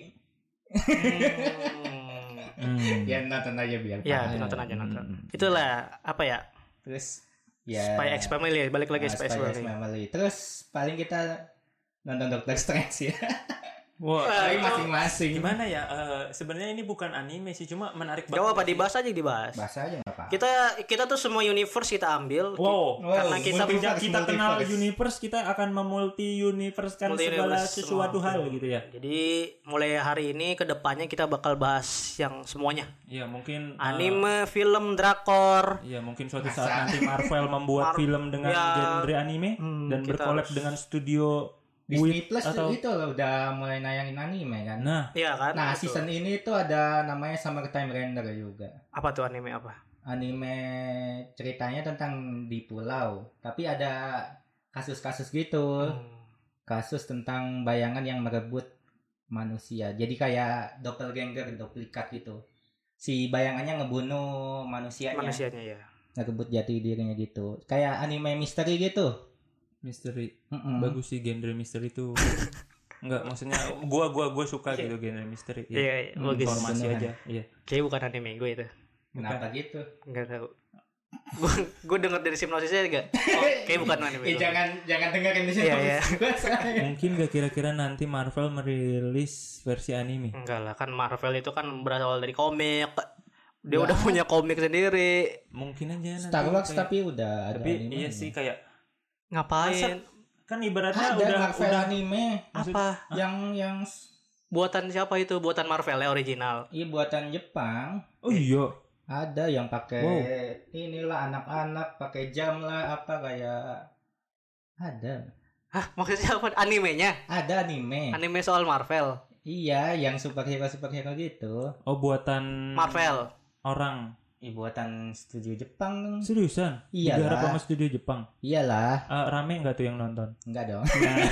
Hmm. Hmm. Ya nonton aja biar Ya, paham. nonton aja nonton. Hmm. Itulah apa ya? Terus Ya, Spy X Family, balik lagi ah, Spy X Spy X Family. Family. Terus paling kita nonton Doctor Strange ya. Wah, Tapi itu masing-masing. gimana ya? Eh, sebenarnya ini bukan anime sih, cuma menarik Gak apa banget. dibahas aja dibahas. Bahasa aja nggak apa. Kita kita tuh semua universe kita ambil. Wow, Karena kita sejak kita multiverse. kenal universe, kita akan memulti universe kan segala Multi-universe sesuatu semua. hal gitu ya. Jadi mulai hari ini ke depannya kita bakal bahas yang semuanya. Iya, mungkin eh, Anime, film, drakor. Iya, mungkin suatu Masa? saat nanti Marvel membuat Mar- film dengan ya. genre anime Hmm, dan kita berkolab harus- dengan studio Disney Wit Plus atau itu loh udah mulai nayangin anime kan. nah, Iya kan? Nah, Betul. season ini tuh ada namanya Summertime Render juga. Apa tuh anime apa? Anime ceritanya tentang di pulau, tapi ada kasus-kasus gitu. Hmm. Kasus tentang bayangan yang merebut manusia. Jadi kayak doppelganger, duplikat gitu. Si bayangannya ngebunuh manusianya, Manusianya ya. ngerebut jati dirinya gitu. Kayak anime misteri gitu. misteri. Mm-mm. Bagus sih genre misteri itu. Enggak, maksudnya gua gua gua suka gitu genre misteri. Iya, Iya. iya, bagus. Informasi beneran. aja. Iya. Kayak bukan anime gue itu. Kenapa gitu? Enggak tahu. Gue gue denger dari hipnosisnya enggak. Oh, kayak bukan anime. Eh gue. jangan jangan dengerin di sini. Iya, iya. Mungkin gak kira-kira nanti Marvel merilis versi anime? Enggak lah, kan Marvel itu kan berasal dari komik. Dia Lah. udah punya komik sendiri. Mungkin aja nanti. Star Wars kayak- tapi udah ada tapi anime. iya sih kayak Ngapain? kan ibaratnya Ada udah Marvel udah anime maksud- Apa? yang yang Buatan siapa itu? Buatan Marvel ya original. iya buatan Jepang. Oh iya. Ada yang pakai Wow. inilah anak-anak pakai jam lah apa kayak ada. Hah, maksudnya apa? Animenya? Ada anime. Anime soal Marvel. Iya, yang superhero superhero gitu. Oh buatan Marvel. orang. Ih, buatan studio Jepang. Seriusan? Iyalah. Digarap sama studio Jepang. Iyalah, Eh, rame nggak tuh yang nonton? enggak dong.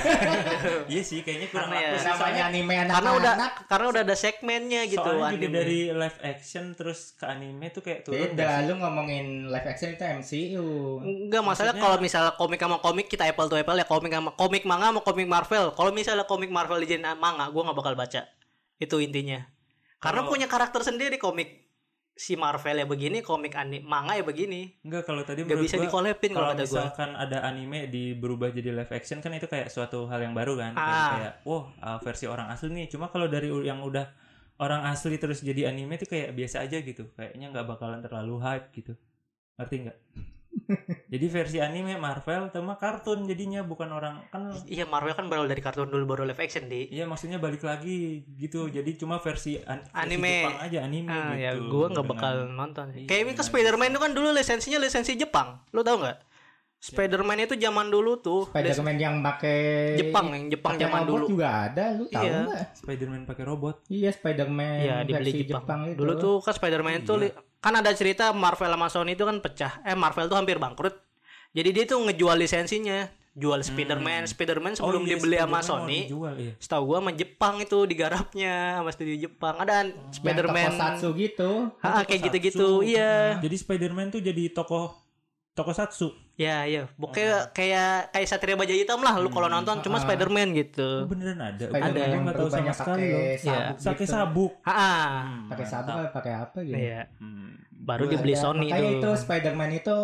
Iya sih, kayaknya kurang Karena ya- laku sih. Namanya Soalnya, anime Karena udah anak-anak. karena udah ada segmennya gitu soalnya juga anime. dari live action terus ke anime tuh kayak turun. Beda, lu ngomongin live action itu M C U. Enggak masalah Maksudnya- kalau misalnya komik sama komik kita apple to apple ya komik sama komik manga sama komik Marvel. Kalau misalnya komik Marvel dijadiin manga, gua nggak bakal baca. Itu intinya. Karena Kalau- punya karakter sendiri komik si Marvel ya begini, komik anime manga ya begini. Enggak, kalau tadi Nggak menurut bisa gua, dikolabin kalau kalau kata gua. misalkan ada anime di berubah jadi live action kan itu kayak suatu hal yang baru kan. Kayak- Ah. kayak wah, uh, versi orang asli nih. Cuma kalau dari u- yang udah orang asli terus jadi anime tuh kayak biasa aja gitu. Kayaknya nggak bakalan terlalu hype gitu. Ngerti nggak? Jadi versi anime Marvel sama kartun jadinya bukan orang kan. Iya Marvel kan baru dari kartun dulu baru live action di. Iya maksudnya balik lagi gitu. Jadi cuma versi, an- versi Anime. Jepang aja anime Ah gitu. ya gua nggak Dengan- bakal nonton. Iya, Kayak dengan- Mika Spider-Man itu kan dulu lisensinya lisensi Jepang. Lu tahu nggak? Spider-Man itu zaman dulu tuh. Spider-Man yang pakai Jepang yang Jepang pakai zaman robot dulu. juga ada, lu tahu Iya. nggak? Spider-Man pakai robot. Iya, Spider-Man Iya dibeli versi Jepang. Jepang itu. Dulu tuh kan Spider-Man itu Iya. li- kan ada cerita Marvel sama Sony itu kan pecah. Eh Marvel tuh hampir bangkrut. Jadi dia tuh ngejual lisensinya, jual Spider-Man, Spider-Man sebelum iya, dibeli sama Spider-Man mau Sony. dijual, iya. Setahu gua sama Jepang itu digarapnya sama studio Jepang. Ada Yang Spider-Man. tokusatsu gitu. Ah, kayak gitu-gitu. Iya. Jadi Spider-Man tuh jadi tokoh tokusatsu. Ya, iya. Pokoknya kayak kayak Satria Baja Hitam lah lu kalau nonton cuma Ah. Spider-Man Oh, gitu. beneran ada. Spider-Man Gua yang nggak tahu sama berubahnya sekali loh. pakai Iya. sabuk Pakai gitu. sabuk. Ah, Hmm, Pakai sabuk mantap. apa pakai apa gitu. iya. Hmm. Baru Ada- dibeli Sony makanya itu. itu Spider-Man itu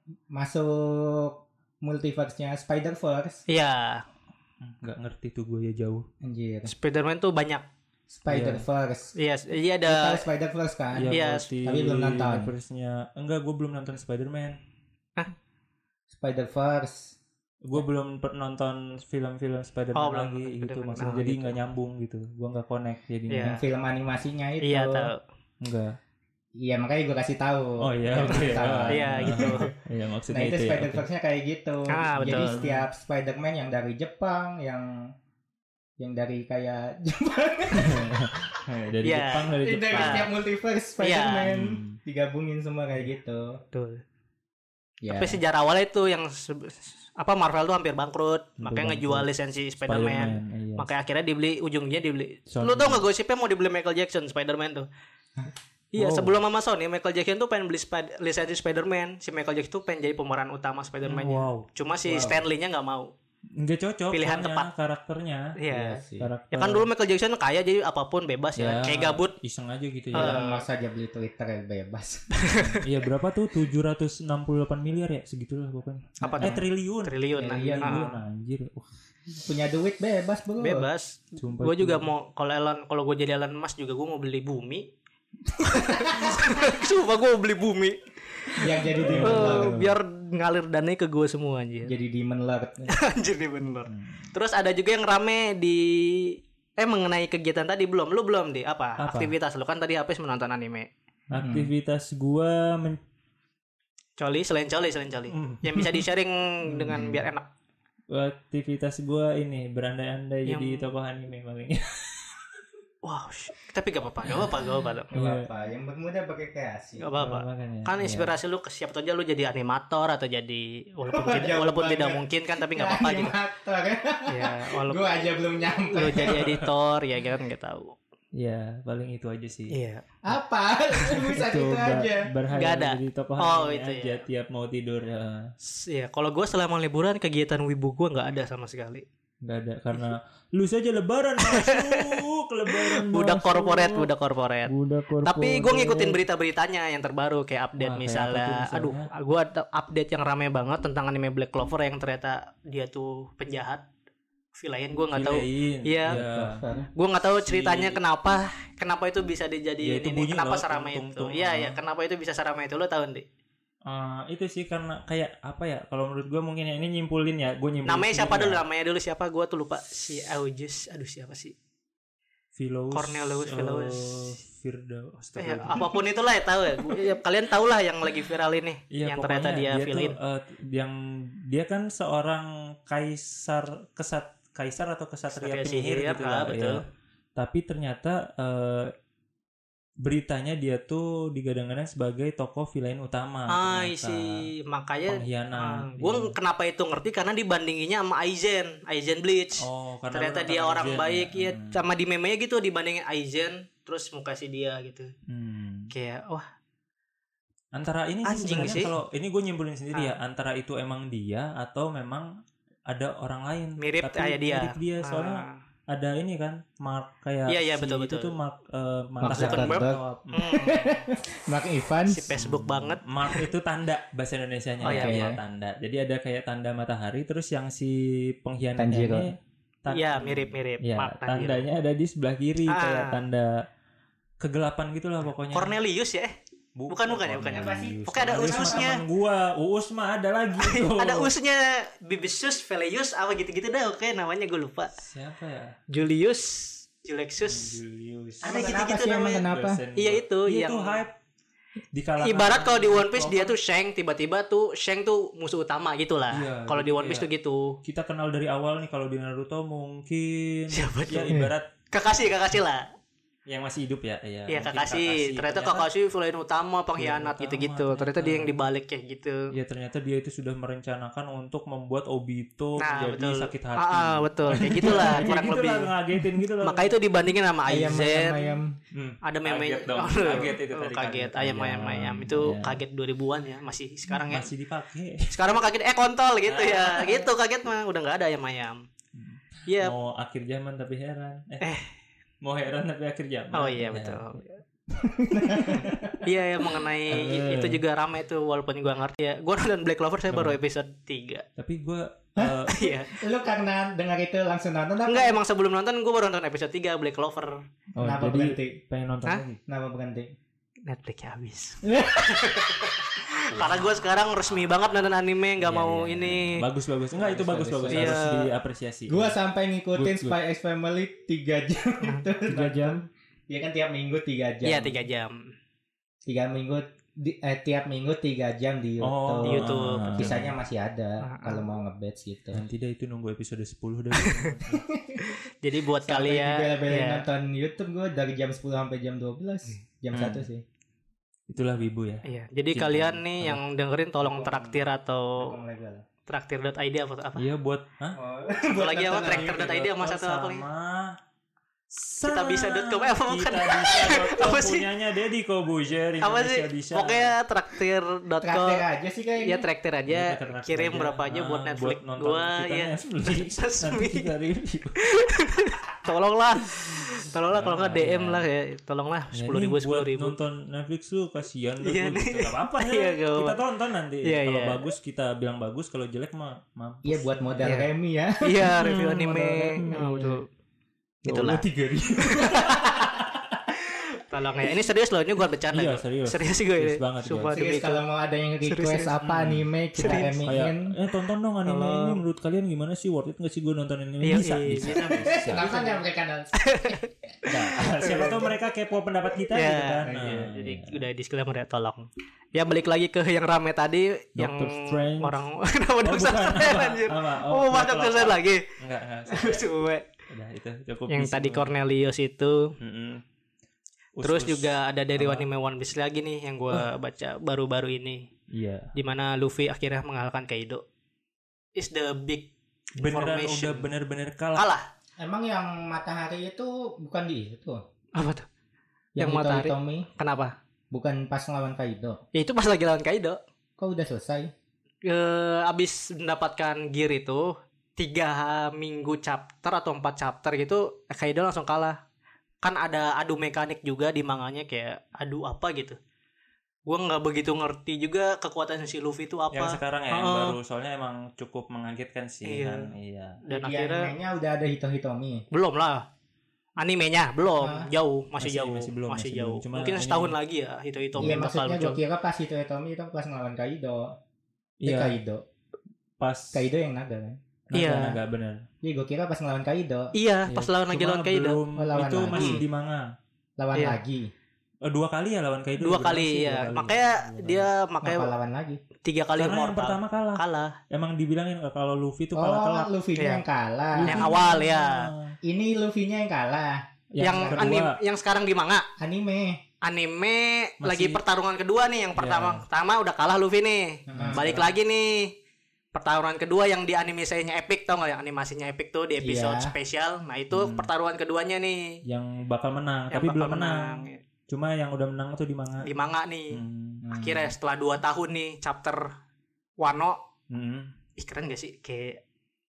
masuk multiverse-nya Spider-Verse. Iya. Nggak ngerti tuh gue ya jauh. Anjir. Spider-Man tuh banyak. Spider-Verse. Iya, iya Lu ada tahu Spider-Verse kan? Iya, berarti tapi belum nonton. universe-nya- Enggak, gue belum nonton Spider-Man. Spider-Verse. Gue belum per- nonton film-film Spider-Man Oh, belum lagi nonton gitu Spider-Man. maksudnya. Oh, Jadi gitu. nggak nyambung gitu. Gue nggak connect jadinya. Iya. Yang film animasinya itu. Iya tahu. Enggak. Iya, makanya gue kasih tahu. Oh iya, Biar oke. lu tahu. Iya, gitu. Iya Nah maksudnya itu itu ya. oke. Spider-Verse-nya kayak gitu. Ah, betul. Jadi setiap Spider-Man yang dari Jepang, yang yang dari kayak Jepang, dari Iya. Jepang dari dari Jepang. setiap multiverse Spider-Man Hmm. digabungin semua kayak gitu. Betul. Ya. Tapi sejarah awalnya itu yang se- apa Marvel tuh hampir bangkrut, makanya bangkrut. ngejual lisensi Spider-Man. iya. Makanya akhirnya dibeli ujungnya dibeli. Sony. Lu tau gak gosipnya mau dibeli Michael Jackson Spider-Man tuh? Iya, Wow. sebelum sama Sony, Michael Jackson tuh pengen beli Spid- lisensi Spider-Man. Si Michael Jackson tuh pengen jadi pemeran utama Spider-Man-nya. Wow. Cuma si Wow. Stanley-nya nggak mau. Nggak cocok Pilihan soalnya tepat. karakternya. Iya. Iya sih. Karakter. Ya kan dulu Michael Jackson kaya jadi apapun bebas ya. Ya, Kayak gabut. iseng aja gitu Ya, ya. Eh. masa aja beli Twitter yang bebas. Iya berapa tuh tujuh ratus enam puluh delapan miliar ya segitulah pokoknya. Apa Eh tuh? triliun. Triliun. nah. Triliun, Ah. Triliun anjir. Wah, Punya duit bebas, Bro. Bebas. sumpah Gue itu. juga mau kalau Elon kalau gue jadi Elon Musk juga gue mau beli bumi. Sumpah gue mau beli bumi. Yang jadi Eh, demon lord. biar ngalir dananya ke gue semua anjir. Jadi demon lord. Anjir nih bener. Terus ada juga yang rame di eh mengenai kegiatan tadi belum? Lu belum di apa? Apa? Aktivitas lu kan tadi habis menonton anime. Aktivitas gua men- Coli selain coli selain coli. Hmm. Yang bisa di-sharing dengan biar enak. aktivitas gua ini berandai-andai Yang- jadi tokoh anime paling. Wow, sh- tapi gak apa-apa, gak apa-apa, gak apa-apa. Gak apa-apa, yang bermuda pakai kreasi. Gak apa-apa. Makanya. Kan inspirasi lu ke siapa aja lu jadi animator atau jadi walaupun tidak Jauh walaupun banget. tidak mungkin kan tapi gak apa-apa gitu. Animator. Ya, walaupun Gue aja belum nyampe. lu jadi editor ya kan nggak tahu. Ya paling itu aja sih. Iya. Apa? Bisa itu ber- aja. berhayal Nggak ada. jadi tokoh Oh, anime itu aja ya. tiap mau tidur ya. S- Ya, kalau gue selama liburan kegiatan wibu gue nggak ada sama sekali. Nggak ada karena lu saja lebaran masuk lebaran Budak masuk. korporat, budak korporat. Budak korporat. Tapi gue ngikutin berita-beritanya yang terbaru kayak update Wah, kayak misalnya, apa tuh aduh, misalnya? gue ada update yang rame banget tentang anime Black Clover yang ternyata dia tuh penjahat, villain gue nggak tahu, Villain. Iya. Ya. gue nggak tahu Si- ceritanya kenapa, kenapa itu bisa Ya, dijadiin itu ini, bunyi kenapa loh, seramai tung, itu, tung, tung. iya ya, kenapa itu bisa seramai itu lo tahu nih? Eh, itu sih karena kayak apa ya kalau menurut gue mungkin ya ini nyimpulin ya gue nyimpulin Namanya siapa sendiri dulu? ya. Namanya dulu siapa? Gue tuh lupa si Aujus, aduh siapa sih? Philos Cornelius, eh, Philos. Firdaus Eh, astagfirullah. apapun itulah ya tahu ya. Ya, kalian tahu lah yang lagi viral ini, Iya, yang ternyata pokoknya dia tuh, villain. eh, yang dia kan seorang kaisar kesat kaisar atau kesatria Satria penyihir sihir, gitu ah, lah betul. ya. Tapi ternyata eh, beritanya dia tuh digadang-gadang sebagai tokoh villain utama. Ah, ternyata. sih makanya Pengkhianat. gue Iya. kenapa itu ngerti karena dibandinginnya sama Aizen, Aizen Bleach. Oh, karena Ternyata lu dia nonton orang Aizen baik ya, Hmm. sama di meme-nya gitu dibandingin Aizen, terus muka si dia gitu. Hmm. Kayak wah, Antara ini Anjing sih sebenarnya sih. kalau ini gue nyimpulin sendiri Ah. ya, antara itu emang dia atau memang ada orang lain mirip tapi kayak dia. mirip dia soalnya Ah. ada ini kan Mark kayak Iya, iya, si betul, itu betul. tuh Mark eh, Mark Zuckerberg. Hmm. Hmm, Mark Evans. si Facebook banget. Mark itu tanda bahasa Indonesianya Oh, iya, kayak iya. tanda. Jadi ada kayak tanda matahari terus yang si pengkhianat Tanjiro. ini tan- Iya, mirip-mirip. ya, Mark Tanjiro. tandanya ada di sebelah kiri Ah. kayak tanda kegelapan gitulah pokoknya. Cornelius ya? Eh, bukan, bukan ya, bukan ya. Cornelius. Pokoknya ada Cornelius mah ususnya. teman gua, Uus mah ada lagi tuh. Ada usnya Bibisus, Velius, apa gitu-gitu dah. Oke, namanya gue lupa. Siapa ya? Julius, Julexus. Julius. Ada Emang gitu-gitu kenapa sih, emang namanya. kenapa? Dosen Iya gua. itu Iya, yang itu hype di kalangan ibarat kalau di One Piece Clover. dia tuh Shanks, tiba-tiba tuh Shanks tuh musuh utama gitu lah. Iya, Kalau di One iya. Piece tuh gitu. Kita kenal dari awal nih, kalau di Naruto mungkin Siapa ya tuh? ibarat Kakashi, Kakashi lah. yang masih hidup ya, ya. Iya, mungkin Kakashi. Ternyata Kakashi villain utama, pengkhianat Villain gitu-gitu. utama, Ternyata dia yang ternyata. dibalik kayak gitu. Ya ternyata dia itu sudah merencanakan untuk membuat Obito Nah, menjadi betul. sakit hati. Ah, ah, betul. Kayak gitulah Kayak kurang gitu lebih. lah, ngagetin gitu lah. Maka itu dibandingin sama Ayam, Aizen. ayam, ayam. Hmm. Ada meme Kaget dong, oh, kaget itu oh, tadi, kaget kaget. ayam ayam Ayam, ayam itu iya. kaget dua ribuan ya masih sekarang ya Masih dipakai. sekarang mah kaget eh kontol gitu ya gitu kaget mah udah nggak ada ayam ayam iya Mau akhir zaman tapi heran. Eh, Eh. mau heran tapi akhir zaman. oh iya Ya. betul iya ya mengenai Eh. itu juga ramai tuh walaupun gua ngerti ya gua nonton Black Clover saya baru episode tiga Tapi gua eh, iya Lu karena dengar itu langsung nonton apa? enggak emang sebelum nonton gua baru nonton episode tiga Black Clover oh, Kenapa jadi berhenti? pengen nonton Hah? lagi. Kenapa berhenti? Netflix habis karena gua sekarang resmi banget nonton anime nggak Iya, mau iya, ini iya. Bagus bagus. Enggak itu bagus Bagus, bagus, bagus. harus Iya. diapresiasi. Gua sampai ngikutin Good, good. Spy X Family tiga jam itu. tiga jam. Iya kan tiap minggu tiga jam. iya tiga jam Tiga minggu di, eh, tiap minggu tiga jam di YouTube. Oh, Di YouTube. ah. Sisanya masih ada Ah, kalau mau nge-batch gitu. Nanti deh itu nunggu episode sepuluh deh. jadi buat Sampai kalian dibela-belain ya. nonton YouTube gue dari jam sepuluh sampai jam dua belas. Jam Hmm. satu sih. Itulah wibu ya. Iya, jadi Cinta. kalian nih Apa? yang dengerin tolong traktir atau Dukung legal. traktir.id apa apa? Iya buat hah? Oh, Satu lagi apa? nonton Traktir.id sama satu apa lagi? Sama Kita bisa.com eh, apa bukan? Kita bisa.com Apa sih? punyanya Deddy Kobuzier. Apa sih? Indonesia Bisa. Pokoknya traktir dot com. Traktir aja sih kayaknya. Ya traktir aja, Ya, kita traktir kirim aja. berapa aja buat Ah, Netflix buat nonton gua kitanya ya. beli. Sesmi. Nanti kita review. Tolonglah. Tolonglah kalau Ya, nggak D M ya. lah ya. Tolonglah Ya, sepuluh ribu ini sepuluh buat ribu. nonton Netflix lu kasihan buat Iya gua nih. gitu. Gak apa-apa ya. Iya, gak Kita apa-apa. tonton nanti. Iya, Kalau iya. bagus kita bilang bagus, kalau jelek mah mampus. Iya buat modal Iya. Remi ya. Iya, review Hmm, anime. modal Oh, betul. Ya Itulah. Allah, tiga ribu. Tolong ya. Ini serius loh, ini gua bercanda. Iya, gua. serius. Serius sih gue ini. Serius banget gua. Sumpah Serius demi kalau mau ada yang request Serius, serius. apa anime kita Serius. Kayak, remiin. eh tonton dong anime Kalau- ini, menurut kalian gimana sih, worth it gak sih gue nonton anime? Iya, Bisa, iya, bisa, bisa. bisa. Kenapa nggak mereka nonton? Nah, siapa tahu mereka kepo pendapat kita Ya, gitu kan. iya. Nah, Jadi iya. udah disclaimer ya, tolong. Ya balik lagi ke yang rame tadi, yang Strange. orang kenapa Oh, Doctor bukan, Strange apa, anjir. apa, Oh, mau plot Doctor lokal. Strange lagi. Enggak, enggak. Suwe. Udah itu cukup. Yang bisa. tadi Cornelius itu. Mm-mm. Terus Us-us. juga ada dari Apa? anime One Piece lagi nih yang gua baca baru-baru ini, Iya. di mana Luffy akhirnya mengalahkan Kaido. Is the big Beneran information. udah bener-bener kalah. kalah. Emang yang matahari itu bukan di itu? Apa tuh? Yang, Yang matahari? Tommy Kenapa? bukan pas ngelawan Kaido. Ya itu pas lagi lawan Kaido. Kok udah selesai? Eh, abis mendapatkan gear itu tiga minggu chapter atau empat chapter gitu, Kaido langsung kalah. Kan ada adu mekanik juga di manganya, kayak adu apa gitu. Gua nggak begitu ngerti juga kekuatan si Luffy itu apa. Yang sekarang ya, yang Heeh. baru, soalnya emang cukup mengagetkan sih Iya. kan. Iya. Dan Di akhirnya animenya udah ada Hito Hitomi. belum lah. Animenya belum, Hah? jauh, masih, Masih- jauh, masih belum, masih jauh. belum. Cuma Mungkin ini- setahun lagi ya Hito Hitomi Iya bakal maksudnya muncul. gue kira pas Hito Hitomi itu pas ngelawan Kaido. Eh, Iya. Kaido. Pas Kaido yang naga kan? naga, Iya. naga bener. Iya gue kira pas ngelawan Kaido. Iya, Iya. pas lawan lagi Cuma lawan Kaido. belum, Oh, lawan itu lagi. masih di manga. Lawan Iya. lagi. Eh, dua kali ya lawan Kaido. Dua berapa kali sih? Dua ya. kali. Makanya Dua dia Kenapa makanya lawan lagi? tiga kali Karena yang immortal. pertama kalah. Kalah. Emang dibilangin kalau Luffy itu Oh, kalah telak. Luffy-nya Iya. yang kalah. Yang awal ya. Ini Luffy-nya yang kalah. Yang, kedua, anim yang sekarang di manga. Anime. Anime Masih- lagi pertarungan kedua nih, yang pertama. Iya. Pertama udah kalah Luffy nih. Heeh. Balik lagi nih. Pertarungan kedua yang di animasinya epic, tau gak yang animasinya epic tuh di episode Iya. spesial. Nah, itu Hmm. pertarungan keduanya nih. yang bakal menang, Yang tapi bakal belum menang. Cuma yang udah menang tuh di manga. Di manga nih. Hmm. Akhirnya setelah dua tahun nih chapter Wano. Hmm. Ih, keren gak sih? Kayak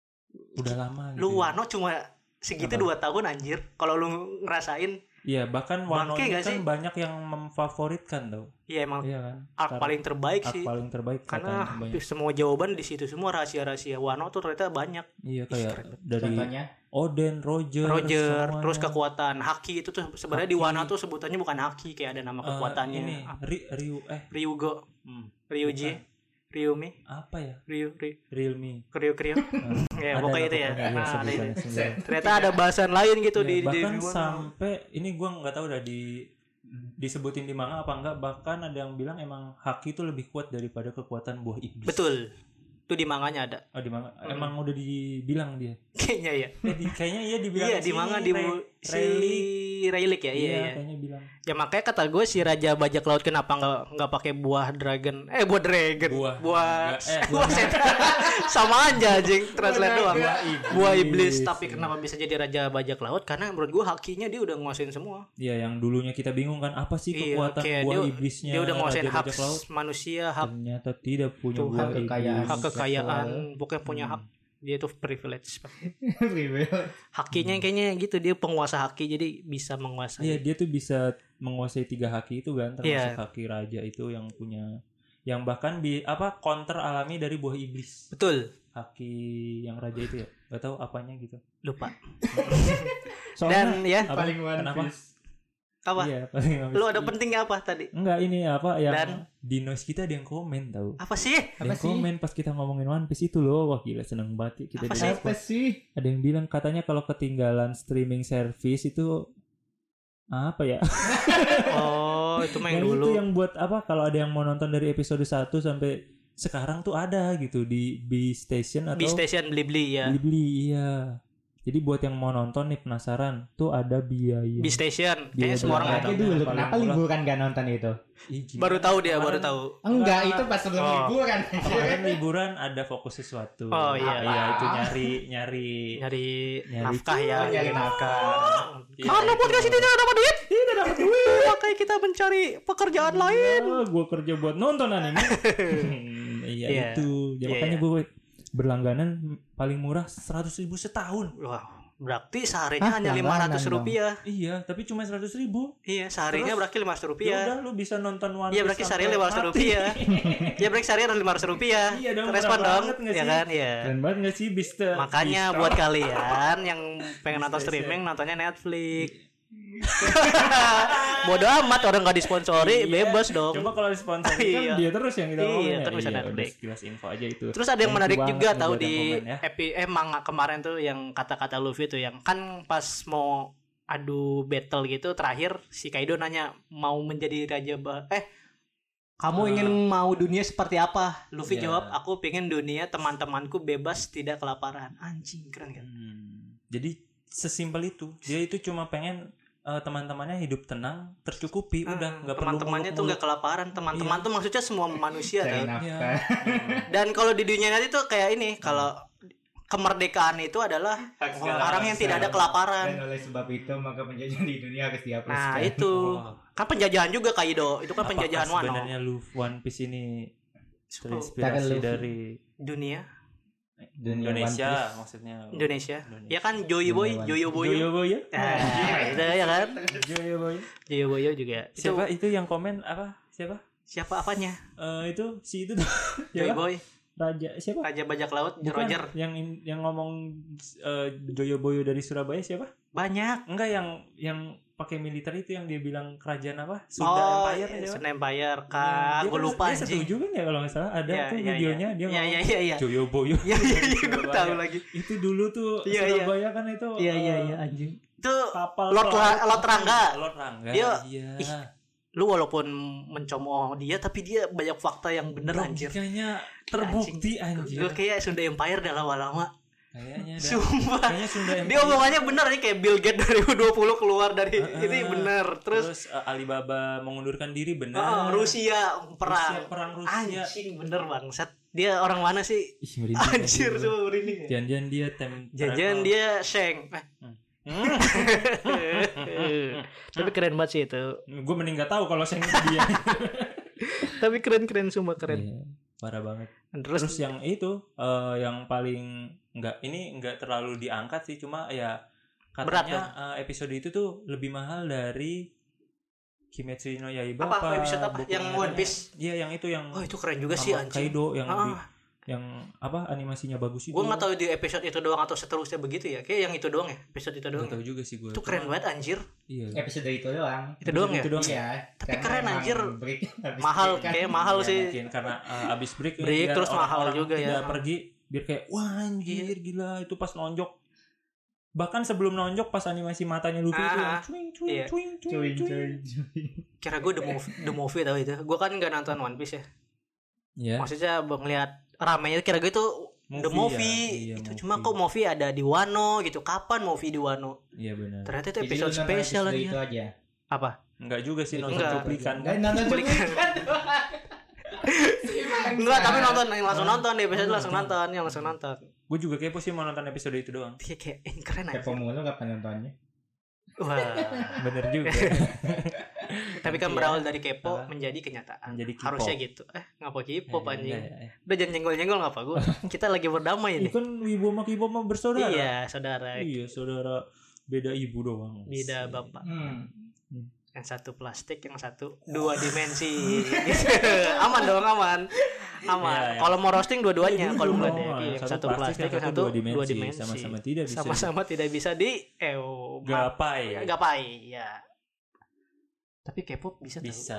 Udah lama gitu. lu ya. Wano cuma segitu Apa? dua tahun anjir. Kalau lu ngerasain, Iya, bahkan Wano Bangke ini gak kan sih? banyak yang memfavoritkan tau. ya emang Iya kan? arc Sekarang paling terbaik arc sih. paling terbaik Karena katanya banyak. semua jawaban di situ, semua rahasia-rahasia Wano tuh ternyata banyak. Iya Ih, kayak keren. dari Contohnya. Oden, Roger, Roger, semuanya. terus kekuatan Haki itu tuh sebenarnya di Haki. Wano tuh sebutannya bukan Haki, kayak ada nama Eh, kekuatannya. ini Apa? Ri, Ryu eh Ryugo, hmm, Ryuji, bukan. Ryumi, apa ya? Ryu, Ryu, Realme. Ryu, Ryu. Ya, Ada pokoknya lah itu ya. pokoknya, iya, Nah, ada sebutannya itu. semua. Ternyata ada bahasan lain gitu Iya, di di bahkan di Wano. sampai ini gua nggak tahu udah di disebutin di manga apa enggak, bahkan ada yang bilang emang Haki itu lebih kuat daripada kekuatan buah iblis. Betul. Itu di manganya ada. Oh, di manga Hmm. emang udah dibilang dia. Kayaknya ya. Eh, di, kayaknya iya dibilang Iya, di sini, manga di Re- bu- si Relic. Relic ya, iya, Iya, iya. kayaknya bilang. Ya makanya kata gue si Raja Bajak Laut kenapa nggak nggak pakai buah dragon? Eh buah dragon, Buah- buah, nggak, eh, buah setan. Sama aja anjing, translate doang. Buah iblis. Buah iblis. Tapi kenapa bisa jadi Raja Bajak Laut? Karena menurut gue hakinya dia udah nguasain semua. Iya, yang dulunya kita bingung kan apa sih Iya, kekuatan kayak buah dia, iblisnya. dia udah nguasain Raja hak Bajak Laut. manusia, hak Ternyata tidak punya Tuhan, buah kekayaan. iblis. hak kekayaan, pokoknya punya hak. Dia tuh privilege. Hakinya kayaknya gitu, dia penguasa haki jadi bisa menguasai. Iya, dia tuh bisa menguasai tiga haki itu kan, termasuk Iya. haki raja itu yang punya, yang bahkan bi apa counter alami dari buah iblis. Betul. Haki yang raja itu ya, gak tahu apanya gitu. Lupa. Soalnya Dan ya, apa? Paling One Kenapa? Piece. apa? Iya, paling habis. Lu ada pentingnya apa tadi? Enggak, ini apa yang Dan- di noise kita ada yang komen tahu. Apa sih? Ada Apa yang sih? komen pas kita ngomongin One Piece itu loh. Wah gila, seneng banget ya kita Apa di sih? Apa sih? Ada yang bilang katanya kalau ketinggalan streaming service itu apa ya? Oh, itu main yang dulu. itu yang buat apa, kalau ada yang mau nonton dari episode satu sampai sekarang tuh ada gitu di B Station atau B Station beli-beli ya. Blibli, iya. Jadi buat yang mau nonton nih penasaran, tuh ada biaya. B Station. Biaya Kayaknya semua orang berapa? nggak tahu. dulu Paling kenapa murah. liburan gak nonton itu? Ih, gila. Baru tahu dia, Kemarin- baru tahu. Enggak, itu pas sebelum Oh. liburan. Kemarin liburan ada fokus sesuatu. Oh, iya. Iya, itu nyari nyari Nyari, Nyari nafkah ya. Oh, nyari nafkah. Iya, Karena itu. podcast ini tidak dapat duit. Tidak dapat duit. Makanya kita mencari pekerjaan lain. Ah, gue kerja buat nonton anime. Hmm, iya Iya. itu. Ya, Iya, makanya iya. gue berlangganan paling murah seratus ribu setahun. Wah, berarti seharinya Hah, hanya lima ratus langganan dong. rupiah. Iya, tapi cuma seratus ribu. Iya, seharinya Terus? berarti lima ratus Ya rupiah. udah lu bisa nonton One Iya, Piece berarti sampai sehari lima ratus mati. rupiah. Iya, berarti sehari ada lima ratus rupiah. Iya dong, Respon murah dong, banget nggak ya sih? kan? Iya. Keren banget gak sih Bista? Makanya Bista. buat kalian yang pengen nonton Bisa, streaming nontonnya Netflix. Bodoh amat orang nggak disponsori, Iya. bebas dong. Coba kalau sponsor kan Iya. dia terus yang kita Iya, ngomongin. kan bisa Iya, Netflix. udah sekilas info aja itu. Terus ada yang Thank menarik you juga banget tahu buat di yang komen, ya. epi eh manga kemarin tuh yang kata-kata Luffy tuh yang kan pas mau adu battle gitu terakhir si Kaido nanya mau menjadi raja ba- eh kamu Ah. ingin mau dunia seperti apa? Luffy Iya. jawab, aku pengen dunia teman-temanku bebas tidak kelaparan. Anjing, keren kan? Hmm, Jadi sesimpel itu. Dia itu cuma pengen eh, teman-temannya hidup tenang, tercukupi, Ah, udah nggak perlu teman-temannya tuh nggak kelaparan. Teman-teman Iya. tuh maksudnya semua manusia Cari tuh. nafkah. Dan kalau di dunia nanti tuh kayak ini, kalau kemerdekaan itu adalah Hak segala orang yang bangsa. tidak ada kelaparan. Dan oleh sebab itu maka penjajahan di dunia harus dihapuskan. Nah itu Wow. kan penjajahan juga Kaido, itu kan penjajahan Apakah Wano. sebenarnya lu One Piece ini So, terinspirasi Luffy. dari dunia Dunia Indonesia One Piece. maksudnya? Indonesia. Indonesia. Ya kan Joy Boy, Dunia One Joyo Boyo. Joyo Boyo. Nah, itu ya kan. Joyo Boyo. Joyo Boyo juga. Siapa Itu itu yang komen apa? Siapa? siapa apanya? Eh itu si itu tuh. Joy Siapa? Boy, Raja siapa? Raja Bajak Laut, Bukan, Roger. yang in- yang ngomong eh, Joyo Boyo dari Surabaya siapa? Banyak. Enggak yang yang pakai militer itu yang dia bilang kerajaan apa? Sunda Oh, Empire iya, ya. Sunda Empire. Dia Kak, gue kan- lupa dia anjing. setuju kan ya kalau nggak salah ada Iya, tuh iya, videonya iya. dia Iya, ngomong iya, iya, iya. Joyo Boyo. Iya, iya, iya, gue Surabaya. tahu lagi. Itu dulu tuh Iya, iya. Surabaya kan itu Iya, iya, eh, iya, anjing. Itu kapal Lord pelaut. La- Lord Rangga. Lord Rangga. Dia- iya. ih, lu walaupun mencomooh dia tapi dia banyak fakta yang bener anjir. Logikanya terbukti anjir. Gue kayak Sunda Empire dah lama-lama. Kayaknya dah. Sumpah. Kayaknya Sunda Empire. Dia omongannya bener nih kayak Bill Gates dua ribu dua puluh keluar dari Heeh. ini bener. Terus, Terus eh, Alibaba mengundurkan diri benar. oh, Rusia perang. Rusia, perang Rusia. Anjing bener bangsat. Dia orang mana sih? Ih, merinding, Anjir anjir. tuh merinding. ya. Jangan-jangan dia tem Jajan dia Sheng. Eh. Hmm. Tapi keren banget sih itu. Gue mending gak tahu kalau saya itu dia. Tapi keren-keren semua keren. Iya, parah banget. Terus, Terus yang itu eh, yang paling nggak ini nggak terlalu diangkat sih, cuma ya Berat, katanya eh, episode itu tuh lebih mahal dari Kimetsu no Yaiba. Apa? Episode apa? Boku Yang no One Hero. Piece? Iya, yang itu yang oh itu keren juga sih sama anjing. Kaido yang Ah. di- yang apa animasinya bagus itu. Gue nggak tahu di episode itu doang atau seterusnya begitu ya. Kayak yang itu doang ya. Episode itu doang. Nggak tahu juga sih gue. Itu keren banget anjir. Iya. Episode itu doang. Itu doang ya. Itu doang. Iya. Tapi karena keren, emang anjir. break, habis Mahal, break kan. kayak mahal Iya, sih. mungkin karena uh, abis break, Break, biar terus mahal orang-orang juga ya. tidak pergi biar kayak wah anjir gila itu pas nonjok. Bahkan sebelum nonjok pas animasi matanya Luffy itu yang Ah, cuing cuing iya. cuing cuing Cuy, cuing. cuy, cuy. Kira gue the movie, the movie tau itu. Gue kan nggak nonton One Piece ya. Iya. Maksudnya ngeliat ramenya kira gue itu the Movie movie. ya, iya, itu movie. cuma kok movie ada di Wano gitu. Kapan movie di Wano? Iya benar. Ternyata itu Jadi episode lu nonton spesial episode aja. itu aja. Apa? Enggak juga sih nonton Enggak. cuplikan. Dan nonton Cuplikan. cuplikan. Enggak, tapi nonton yang langsung nonton di episode itu langsung nonton, yang langsung nonton. Gue juga kepo sih mau nonton episode itu doang. Kayak kayak ini keren aja. Kepo mulu kapan nontonnya? Wah. Bener juga. Tapi kan Iya. berawal dari kepo Apa? menjadi kenyataan. Menjadi K-pop. Harusnya gitu. Eh, ngapa K-pop Ya, ya, anjing? ya, ya. Udah jangan nyenggol-nyenggol ngapa gue. Kita lagi berdamai Ih, ini. kan Wibo sama Kibo mah bersaudara. Iya, saudara. Iya, saudara beda ibu doang. Beda bapak. Hmm. Yang satu plastik, yang satu dua dimensi. Gitu. Aman dong, aman. Aman. Iya, iya. Kalau mau roasting dua-duanya, Iya, kalau dong, enggak yang deh. Yang satu satu plastik, plastik, yang yang satu satu dua dimensi. dua dimensi. Sama-sama tidak bisa. Sama-sama tidak bisa di eh oh, Gapai. gapai, ya. Tapi K-pop bisa tahu. Bisa.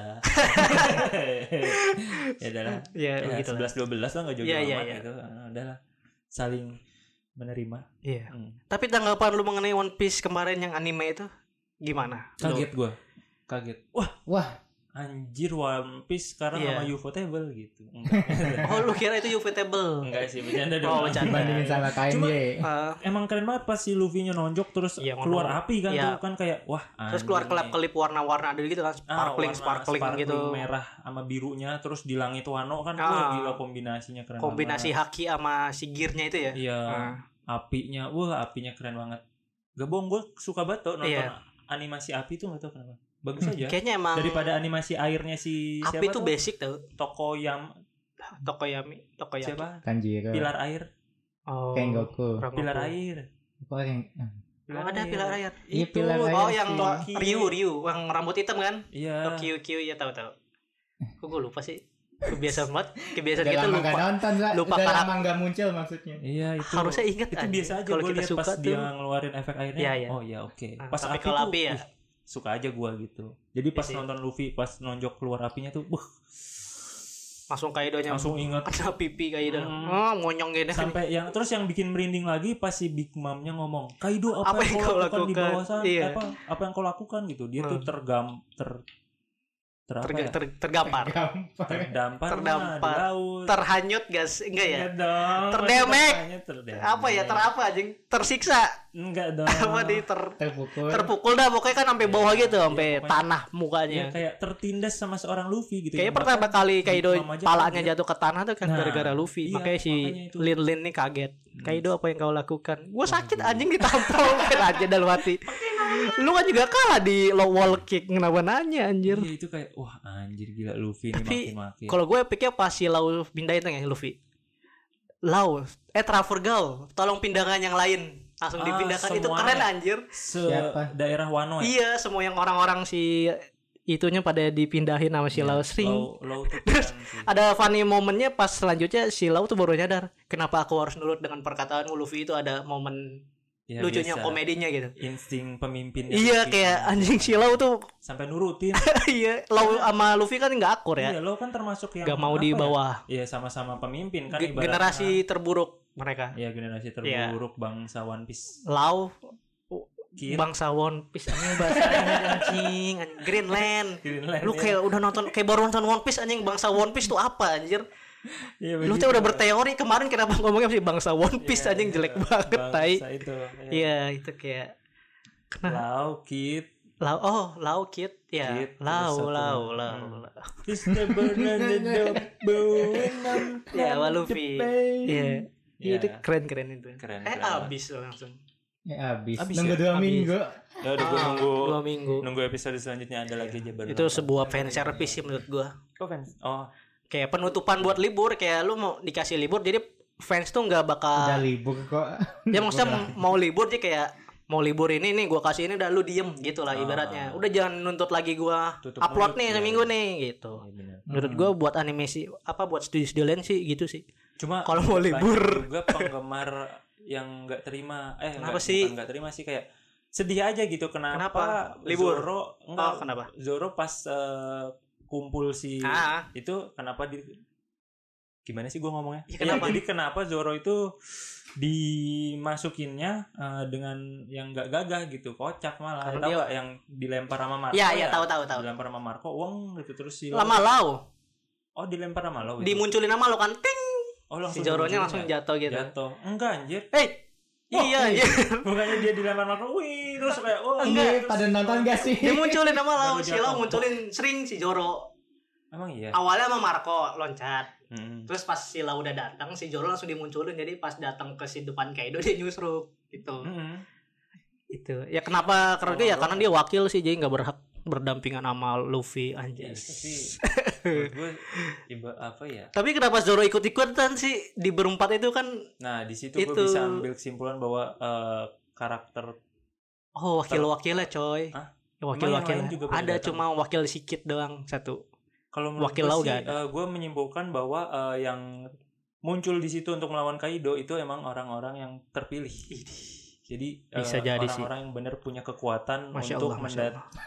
Ya udahlah. Ya, Ya, begitu. sebelas dua belas lah enggak jauh Iya, amat iya, iya. gitu. Ah, udahlah. Saling menerima. Iya. Hmm. Tapi tanggapan lu mengenai One Piece kemarin yang anime itu gimana? Kaget gua. Kaget. Wah, Wah, anjir One Piece sekarang Iya. sama Ufotable gitu. Enggak. Oh, lu kira itu Ufotable. Enggak sih, bercanda dong. Oh, bercanda. Dibandingin sama K M Y. Uh, Emang keren banget pas si Luffy-nya nonjok terus Iya, keluar ngomong. api kan Iya. tuh kan kayak wah terus keluar anjing kelap-kelip warna-warna dari gitu kan, nih. sparkling, Ah, warna sparkling, gitu. merah sama birunya terus di langit Wano kan Ah. wah gila kombinasinya keren Kombinasi banget. haki sama si gearnya itu ya. Iya, Ah. apinya wah apinya keren banget. Gak bohong gue suka banget tuh nonton Iya. animasi api tuh gak tau kenapa. Bagus aja. Kayaknya emang Daripada animasi airnya si api siapa tuh tuh? basic tuh. Tokoyam Tokoyami, Tokoyaki. siapa? Tanjiro. Pilar air. Oh. Kengoku. Rengoku. Pilar air. Kok yang Oh, ada pilar air. Iya, Itu. pilar Oh, air yang sih. Ryu, Ryu, yang rambut hitam kan? Iya. Oh, Q Q ya tahu tahu. Kok gue lupa sih. Kebiasaan banget, kebiasaan udah kita lama lupa. gak nonton, Sa. lupa udah karak- lama gak muncul maksudnya. Iya itu. Harusnya ingat itu aja. biasa aja Kalau gue kita lihat suka pas tuh. dia ngeluarin efek airnya. Iya, iya. Oh iya oke. Nah, Pas tapi api kalau tuh api ya? ih, suka aja gue gitu. Jadi pas Iya sih. nonton Luffy pas nonjok keluar apinya tuh, wah Langsung Kaido-nya langsung ingat. kena pipi Kaido. Hmm. Oh, ngonyong gini. Sampai yang terus yang bikin merinding lagi pas si Big Mom-nya ngomong, Kaido apa, Apa yang kau lakukan di bawah sana? Iya. Apa apa yang kau lakukan gitu? Dia tuh Hmm. tergam ter ter apa Terga- ya? ter- tergampar. Gampang. Terdampar, Terdampar. mah di laut. Terhanyut gas enggak ya? Enggak dong. Terdemek. Makanya terdemek. Apa ya? Ter apa anjing? Tersiksa. Enggak dong. Apa di ter Terpukul. terpukul dah pokoknya kan sampai bawah gitu, sampai pokoknya- tanah Ya, mukanya. kayak tertindas sama seorang Luffy gitu. Kayaknya Yang pertama bahkan kali Kaido Big Mom aja palanya kaget. jatuh ke tanah tuh kan Nah, gara-gara Luffy. iya, makanya si makanya itu. Lin Lin nih kaget. Hmm. Kaido apa yang kau lakukan? Gue sakit anjing ditampol kan aja dalam hati. Lu kan juga kalah di low wall kick, kenapa nanya anjir? Iya itu kayak wah anjir gila Luffy ini Tapi makin-makin. kalau gue pikir pas si Lau pindahin tuh ya Luffy. Lau, eh Trafalgar, tolong pindahkan yang lain. Langsung Ah, dipindahkan itu semuanya. keren anjir. Se Siapa? daerah Wano ya. Iya, semua yang orang-orang si itunya pada dipindahin sama si Lau String. Low, low tuh keren sih. Ada funny momennya pas selanjutnya si Lau tuh baru nyadar kenapa aku harus nurut dengan perkataan Luffy itu ada momen Ya, lucunya biasa. komedinya gitu. Insting pemimpin. Iya kayak anjing si Lau tuh sampai nurutin. iya Lau sama Luffy kan nggak akur ya. Iya, lo kan termasuk yang Gak mau apa di ya? bawah. Iya, sama-sama pemimpin kan Ge- ibaratnya. generasi terburuk mereka. Iya, generasi terburuk bangsa One Piece. Lau Kid. bangsa One Piece anjing bahasanya anjing, anjing. Greenland. Greenland, Lu ya. kayak udah nonton kayak baru nonton One Piece anjing, bangsa One Piece tuh apa anjir? Iya, Lu begitu. tuh udah berteori kemarin kenapa ngomongnya sih bangsa One Piece Iya, anjing iya. jelek banget tai. Bangsa itu. Iya, itu kayak kenapa? Lau Kid. Lau oh, Lau Kid. Ya, Kid, terus Lau satu Lau lagi. Lau. Hmm. Lau. Is the banana double? Ya, sama Luffy. Iya. Iya, itu Ya. keren-keren itu. Keren, Eh, keren abis loh langsung. Ya abis. Abis Nunggu ya? dua Abis. minggu. Ya udah gua nunggu Dua minggu. nunggu episode selanjutnya ada lagi aja baru. Itu nonton. sebuah fan service sih menurut gua. Oh, fans. Oh, Kayak penutupan buat libur, kayak lu mau dikasih libur jadi fans tuh nggak Udah bakal libur kok. ya maksudnya mau libur sih kayak mau libur ini nih gua kasih ini udah lu diem gitu lah Ah. ibaratnya. Udah jangan nuntut lagi gua Tutup upload mulut, nih ya. seminggu nih gitu. iya benar. Menurut gua buat animasi apa buat studio-studio lain sih gitu sih. Cuma Kalau mau banyak libur. juga penggemar yang nggak terima eh Kenapa nggak- sih? bukan nggak terima sih kayak sedih aja gitu kenapa, Kenapa? Libur? Zoro enggak Oh, kenapa? Zoro pas eh, kumpul si Ah, itu kenapa di gimana sih gua ngomongnya? Ya, Iya, kenapa? jadi kenapa Zoro itu dimasukinnya eh, dengan yang nggak gagah gitu, kocak malah. Karena Tahu dia- nggak yang dilempar sama Marco? Iya, ya? iya, tahu, tahu, tahu. Dilempar sama Marco, uang gitu terus si lama lau Oh, dilempar sama lo. gitu? dimunculin nama lo kan ting Oh, si langsung Zoronya dimunculin langsung ya? jatuh gitu. Jatuh. Enggak anjir. Hei. Oh, Iya, iya. Bukannya dia dilempar Marco, wih, terus kayak oh Enggak, terus- pada nonton gak sih? Dia munculin nama lau, Baru si lau jatuh. munculin sering si Zoro. Emang iya. Awalnya sama Marco loncat. Hmm. Terus pas si lau udah datang, si Zoro langsung dimunculin. Jadi pas datang ke si depan Kaido dia nyusruk gitu. Hmm. Itu. Ya kenapa? Karena Oh, dia ya doang. karena dia wakil sih jadi nggak berhak berdampingan sama Luffy Ya, anjir. itu sih. Menurut gue iba apa ya? Tapi kenapa Zoro ikut-ikutan sih di berempat itu kan? Nah, di situ Itu. gue bisa ambil kesimpulan bahwa eh, karakter Oh wakil-wakilnya coy. Hah? Wakil-wakil Emang yang lain juga pada ada datang? cuma wakil sedikit doang satu. kalau menurut Wakil gue lau sih, gak ada. eh, gue menyimpulkan bahwa eh, yang muncul di situ untuk melawan Kaido itu emang orang-orang yang terpilih. Jadi eh, Bisa jadi sih. orang-orang yang benar punya kekuatan Masya untuk Allah, Masya mendat Allah.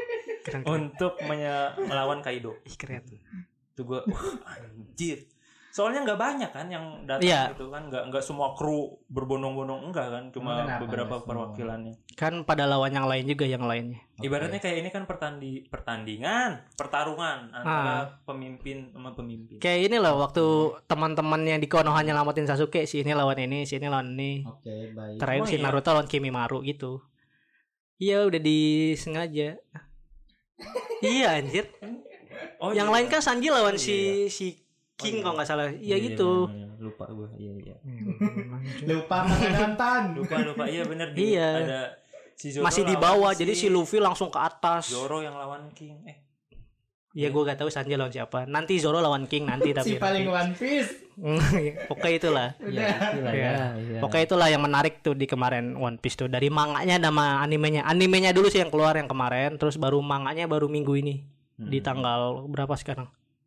Keren, keren. untuk menye- melawan Kaido. Ih, keren. Itu gue wah, anjir. Soalnya nggak banyak kan yang datang Iya. gitu kan, nggak nggak semua kru berbondong-bondong enggak kan, cuma Kenapa beberapa nggak semua? perwakilannya. Kan pada lawan yang lain juga yang lainnya. Oke. Ibaratnya kayak ini kan pertandi pertandingan, pertarungan antara Ah. pemimpin sama pemimpin. Kayak ini loh waktu teman-teman yang di Konoha nyelamatin Sasuke, si ini lawan ini, si ini lawan ini. Oke, baik. Terakhir Oh, si iya. Naruto lawan Kimimaru gitu. Iya udah disengaja. Iya anjir. Oh, Yang iya. lain kan Sanji lawan Oh, si si King iya. kalau nggak salah. Iya Iya, gitu. bener, bener. Lupa gue. Iya iya. Lupa menonton. Lupa lupa iya bener di Iya. ada si Zoro Masih di lawan bawah, jadi si Luffy langsung ke atas. Zoro yang lawan King. Eh, Iya gue gak tahu Sanji lawan siapa. Nanti Zoro lawan King nanti tapi. Si paling One Piece. Pokoknya itulah. iya itulah Iya. ya. Iya. Pokoknya itulah yang menarik tuh di kemarin One Piece tuh. Dari manganya sama animenya. Animenya dulu sih yang keluar yang kemarin, terus baru manganya baru minggu ini. Hmm. Di tanggal berapa sekarang?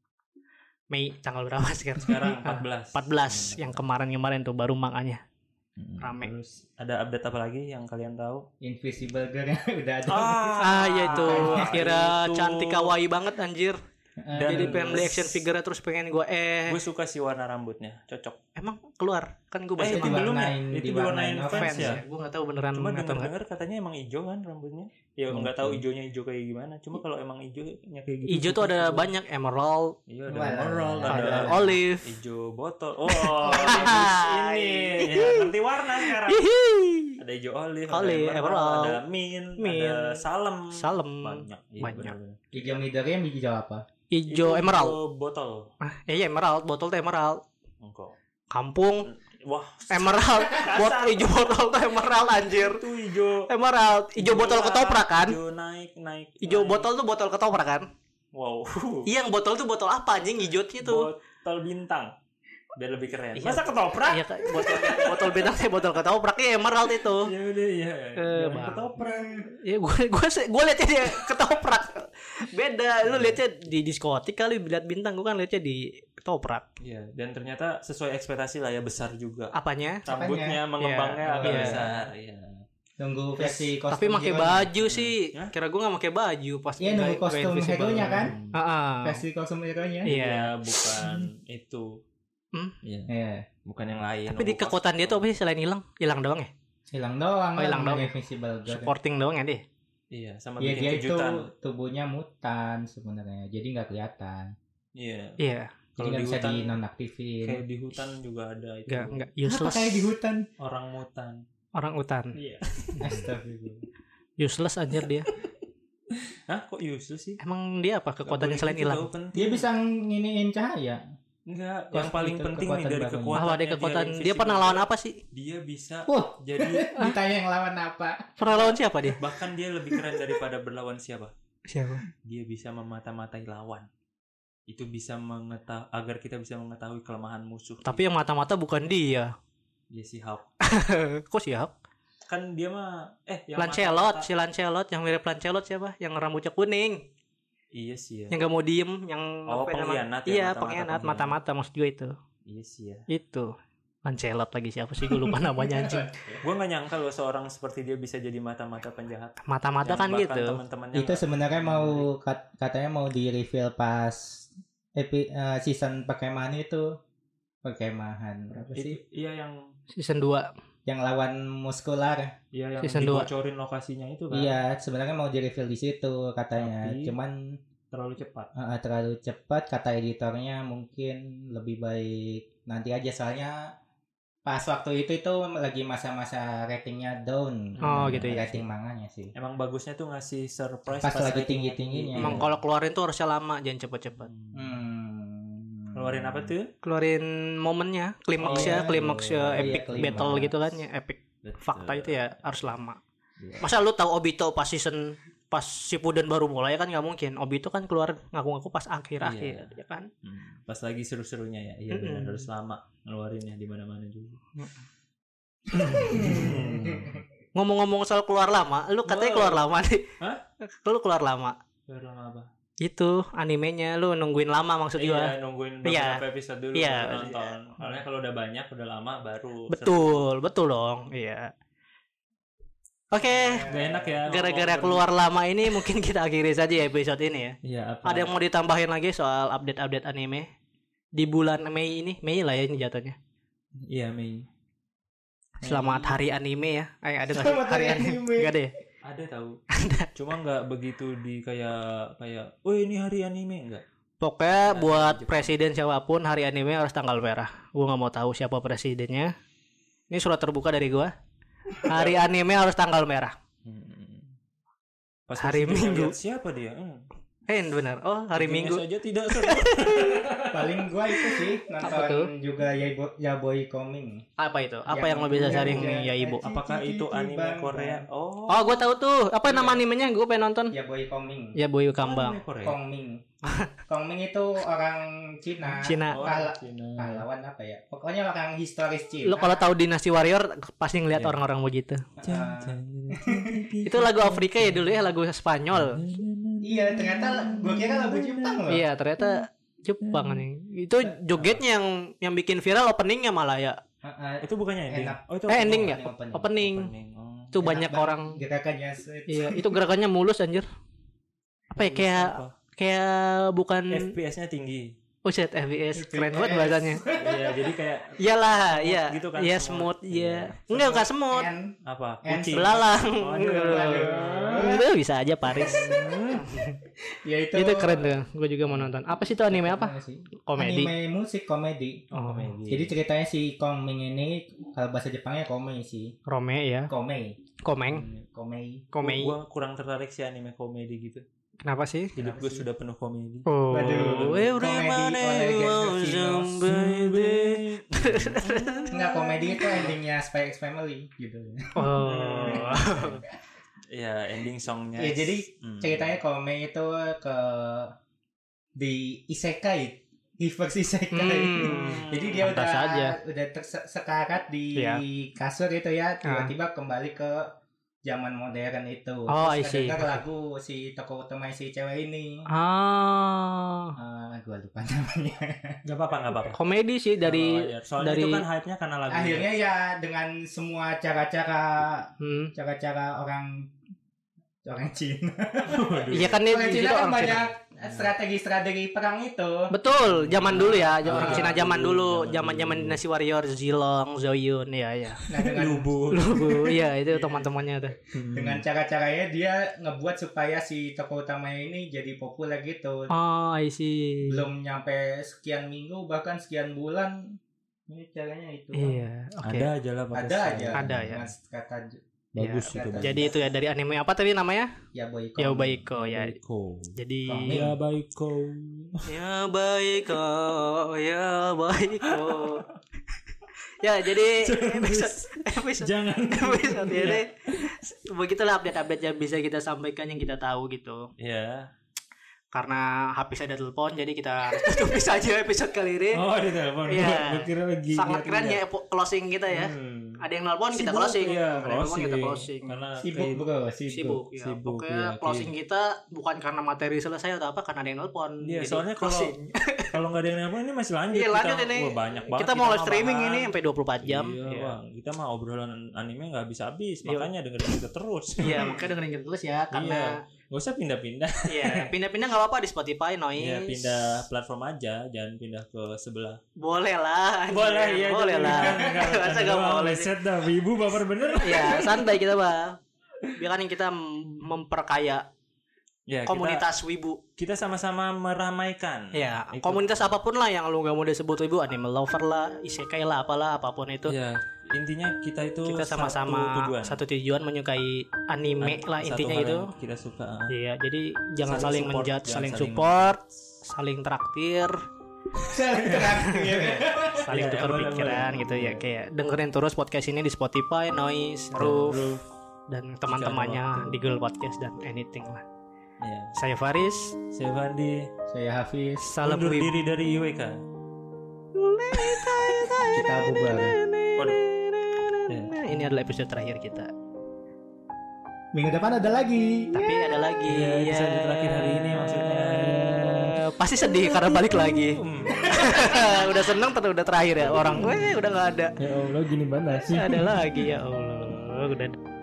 Mei tanggal berapa sekarang? sekarang empat belas. empat belas yang kemarin-kemarin tuh baru manganya. Hmm. Rame. Terus ada update apa lagi yang kalian tahu? Invisible Girl udah ada. Ah ya itu akhirnya itu. cantik kawaii banget anjir. Dan Jadi pengen beli action figure terus pengen gue eh Gue suka sih warna rambutnya, cocok. emang keluar kan gue baca Eh, di belum ya? diwarnain- Itu diwarnain diwarnain fans fans ya. Gue nggak tahu beneran Cuma atau enggak. denger katanya emang hijau kan rambutnya. Ya Mungkin. nggak tahu hijaunya hijau kayak gimana. Cuma kalau emang hijaunya kayak gitu. Hijau tuh ada banyak emerald, Iya ada Wah, emerald, ada ada olive. hijau botol. Oh, habis ini. Ya, ngerti warna sekarang. Hihi. Ada hijau olive, Olive, ada emerald, emerald, ada mint, mint, ada salem. salem, Banyak. Iya, banyak. bener-bener. hijau Midori yang hijau apa? Hijau Itu emerald. hijau botol. Ah, iya emerald, botol tuh emerald. Engkau. Kampung Wah, emerald, bot hijau botol tuh emerald anjir. itu hijau. Emerald, hijau botol ketoprak kan? Hijau naik, naik. Hijau naik. botol tuh botol ketoprak kan? Wow. Iya, yang botol tuh botol apa anjing hijaunya tuh? Botol bintang. Biar lebih keren. Iya. Masa ketoprak? Iya, Kak, botol botol bintangnya botol ketoprak ya emerald itu. Ya udah ya. Eh, Jangan Bang. ketoprak. Iya, gue gue gue liatnya dia ketoprak. Beda, lu liatnya di diskotik kali lihat bintang, gue kan liatnya di ketoprak. Iya, dan ternyata sesuai ekspektasi lah ya, besar juga. Apanya? Rambutnya mengembangnya Iya. agak Iya. besar. Iya. Nunggu versi kostum. Tapi pakai hero-nya. baju sih. Hah? Kira gue nggak pakai baju pas Iya, nunggu Guy- kostum Guy Invisible. hero-nya kan? Heeh. Versi kostum hero-nya. Iya. Iya, bukan itu. Hmm? Iya, Iya. bukan yang lain. Tapi di Nunggu kekuatan dia tuh apa kostum. sih selain hilang? Hilang doang ya? Hilang doang. Oh, hilang lah, doang. Invisible Girl. Supporting doang ya deh. Iya, sama Iya, bikin dia itu kejutan. tubuhnya mutan sebenarnya. Jadi nggak kelihatan. Iya. Iya. Jadi Kalau nggak di bisa hutan, dinonaktifin. kayak di hutan juga ada itu. Enggak enggak Apa useless. kayak di hutan? Orang mutan. Orang utan. Iya. Astagfirullah. Useless anjir dia. Hah, kok useless sih? Emang dia apa kekuatannya selain hilang? Dia bisa nginiin cahaya. Enggak, Kos- yang paling itu penting nih kekuatan dari barunya. kekuatan. Oh, ada kekuatan. Dia pernah lawan apa sih? Dia bisa Wah, jadi ditanya yang lawan apa? Pernah lawan siapa dia? bahkan dia lebih keren daripada berlawan siapa? Siapa? Dia bisa memata-matai lawan. Itu bisa mengetahui agar kita bisa mengetahui kelemahan musuh. Tapi yang mata-mata bukan dia. dia si Hulk. Kok siap? Kan dia mah eh yang Lancelot, mata-mata- si Lancelot yang mirip Lancelot siapa? Yang rambutnya kuning, Iya sih ya. yang gak mau diem, yang Oh, apa namanya? pengkhianat ya, Iya, mata-mata pengkhianat, pengkhianat. mata-mata maksud gue itu. Iya sih ya. Itu. Lancelot lagi siapa sih? Gue lupa namanya anjing. Gue nggak nyangka loh seorang seperti dia bisa jadi mata-mata penjahat. Mata-mata Yang kan bahkan gitu. teman-temannya Itu nggak- sebenarnya mau kat- katanya mau di reveal pas epi, eh, season perkemahan itu. Perkemahan apa Itu- sih? iya yang Season dua. Yang lawan muskular. iya yang Season dua. dibocorin lokasinya itu kan. Iya, sebenarnya mau di reveal di situ katanya. Tapi- Cuman Terlalu cepat. eh, terlalu cepat kata editornya, mungkin lebih baik nanti aja soalnya pas waktu itu itu lagi masa-masa ratingnya down. Oh, gitu ya. Rating manganya sih. Emang bagusnya tuh ngasih surprise Pas lagi ratingnya tinggi-tingginya. tinggi. Emang kalau keluarin tuh harusnya lama, jangan cepet-cepet. Hmm. Keluarin apa tuh? Keluarin momennya, klimaks Oh, ya, iya. klimaks ya, Oh, iya, epic klimaks. battle gitu kan ya, epic Betul. fakta itu ya harus lama. Iya. Masa lu tahu Obito pas season pas Shippuden baru mulai kan nggak mungkin. Obito kan keluar ngaku-ngaku pas akhir-akhir ya kan. Hmm, Pas lagi seru-serunya ya. Iya benar Mm-mm. harus lama ngeluarinnya di mana-mana juga. Ngomong-ngomong soal keluar lama, lu katanya Wow. keluar lama nih. Hah? Lu keluar lama. Keluar lama apa? Itu animenya lu nungguin lama maksud gua. Iya, nungguin Iya. beberapa episode dulu Iya. baru nonton. Soalnya kalau udah banyak, udah lama baru. Betul, betul dong. Iya. Oke, seru. Gak enak ya. gara-gara ngomong keluar lama ini mungkin kita akhiri saja ya episode ini ya. ber- Iya, apa? Ada yang mau ditambahin lagi soal update-update anime? di bulan Mei ini, Mei lah ya ini jatuhnya. Iya, Mei. Selamat Hari Anime ya. Eh, ada nggak sih Selamat hari Hari anime? Anime. Nggak ada ya? Ada tahu. Cuma nggak begitu di kayak kayak oh ini hari anime enggak. Pokoknya Nah, buat Jepang. presiden siapapun hari anime harus tanggal merah. Gue nggak mau tahu siapa presidennya. Ini surat terbuka dari gue. Hari anime harus tanggal merah. Hmm. Pas Hari presiden Minggu. lihat siapa dia? Hmm. Eh benar. Oh hari Bikinnya Minggu. saja tidak seru. Paling gua itu sih Apa tuh? nonton juga Yaibo, Yaboy Coming. Apa itu? Apa Yang yang lo bisa punya sharing dia. nih ya ibu? Apakah itu anime Bang, Korea? Bang. Oh. Oh gue tahu tuh. Apa nama animenya? Gue pengen nonton. Yaboy Coming. Ya Boy Anime Kambang. Korea. Kongming. Kongming itu orang Cina. Cina. Oh, Pahla- Cina. pahlawan apa ya? Pokoknya orang historis Cina. Lo kalau tahu Dynasty Warrior pasti ngeliat Iya. orang-orang begitu. Ah, Itu lagu Afrika ya dulu ya, lagu Spanyol. iya, ternyata gua kira lagu Jepang loh. Iya ternyata Jepang nih. Itu jogetnya yang yang bikin viral openingnya malah ya. Ah, ah, Itu bukannya ending. Enak. Oh, itu Eh ending opening, ya? opening. Opening. Opening. Oh. Itu Enak banyak banget orang. gerakannya. Set. Iya itu gerakannya mulus anjir. Apa ya kayak Apa? kayak bukan F P S-nya tinggi. Buset F P S keren banget bahasanya. Iya, jadi kayak Iyalah, Smooth iya. gitu kan, Iya smooth. smooth, iya. Iya. Enggak enggak smooth. And apa? And Kucing. Belalang. Waduh, waduh. Itu bisa aja Paris. ya itu Itu keren tuh. Gue juga mau nonton. Apa sih itu anime apa? sih? Komedi. Anime musik komedi. Oh, Komedi. Jadi ceritanya si Kongming ini kalau bahasa Jepangnya komei sih. Rome ya. Komei. Komeng. Komei. Komei. Gua kurang tertarik sih anime komedi gitu. Kenapa sih? Hidup Kenapa gue sih? sudah penuh komedi. Oh, Waduh. everybody Komedi was Olegano young, baby. Enggak, komedi itu endingnya Spy X Family gitu. Oh. Ya, ending songnya. Ya jadi Hmm. ceritanya komei itu ke di isekai, reverse isekai. Hmm. Jadi dia udah Pantas aja. udah tersekarat di Iya. kasur itu ya, tiba-tiba kembali ke zaman modern itu. Oh, I Terus see. kedengar lagu si tokoh utama si cewek ini. Ah. Ah, gua lupa namanya. Gak apa-apa, gak apa-apa. Komedi sih dari Kalau- soalnya dari- itu kan hype-nya karena lagu. Akhirnya ya dengan semua cara-cara hmm. cara-cara orang orang Cina. Iya kan Orang di Cina situ kan orang Cina. banyak strategi-strategi perang itu. Betul, zaman dulu ya, orang Ah, Cina zaman dulu, dulu, zaman zaman-zaman dulu. Dynasty Warrior, Zilong, Zoyun, ya ya. Nah, dengan Lubu. Lubu, iya itu teman-temannya tuh. dengan cara-caranya dia ngebuat supaya si tokoh utamanya ini jadi populer gitu. Oh, I see. Belum nyampe sekian minggu bahkan sekian bulan ini caranya itu. Iya, oke. Ada aja lah pakai Ada song. aja. Ada ya. Dengan kata Bagus Iya, itu. kata- Jadi itu ya dari anime apa tadi namanya? ya boy. Ya Baiko ya. Baiko. Jadi Komik. Ya Baiko. ya Baiko, ya Baiko. Ya jadi episode episode Jangan. episode ini begitulah update-update yang bisa kita sampaikan yang kita tahu gitu. Ya. Karena habis ada telepon jadi kita harus tutupi saja episode kali ini. Oh, ada telepon. Iya. Gua kira lagi. Sangat lihat- keren lihat. ya epo- closing kita ya. Hmm. Ada yang nelpon kita Sibuk, closing. Iya, Ada yang nelpon closing. kita closing. Karena Sibuk kayak- bro, sibuk. Sibuk ya. Sibuk, Pokoknya ya, closing kita bukan karena materi selesai atau apa karena ada yang nelpon. Iya, Jadi soalnya kalau closing. kalau nggak ada yang nelpon ini masih lanjut. Iya, lanjut Kita- ini. Wah, banyak banget. Kita mau live mah streaming bahan. ini sampai dua puluh empat jam. Iya, Iya. Bang. Kita mah obrolan anime nggak habis habis. Iya. Makanya dengerin kita terus. Iya, makanya dengerin kita terus ya karena Gak usah pindah-pindah. iya, pindah-pindah enggak apa-apa di Spotify, Noise. Iya, pindah platform aja, jangan pindah ke sebelah. Boleh lah. Boleh, anjing. iya. Boleh lah. Masa enggak boleh sih? Set dah, ibu baper bener. Ya, santai kita, Bang. Biar kan kita mem- memperkaya Ya, komunitas wibu. kita, kita sama-sama meramaikan. Ya, Itu. komunitas apapun lah yang lu gak mau disebut wibu, anime lover lah, isekai lah, apalah, apapun itu. Ya, intinya kita itu Kita sama-sama satu tujuan. satu tujuan menyukai anime lah Satu intinya hal itu. yang kita suka. Iya, jadi jangan Saling saling, support, menjudge, jangan saling saling support, saling traktir, Saling terakhir. saling Iya, tukar boleh, pikiran boleh. gitu ya. Kayak dengerin terus podcast ini di Spotify, Noise, Roof, Roof. dan teman-temannya waktu. di Google Podcast dan anything lah. Ya. Saya Faris, Saya Fandi. Saya Hafiz. salam Undur wibu. diri dari I W K. Kita bubar. Waduh. Ya. Ini adalah episode terakhir kita. Minggu depan ada lagi. Tapi ada lagi. Iya, episode terakhir hari ini maksudnya. Eh, Pasti sedih karena balik lagi. Hmm. Udah seneng tapi udah terakhir ya orang. Weh, udah nggak ada. Ya Allah, gini banget sih. Ada lagi ya Allah. Udah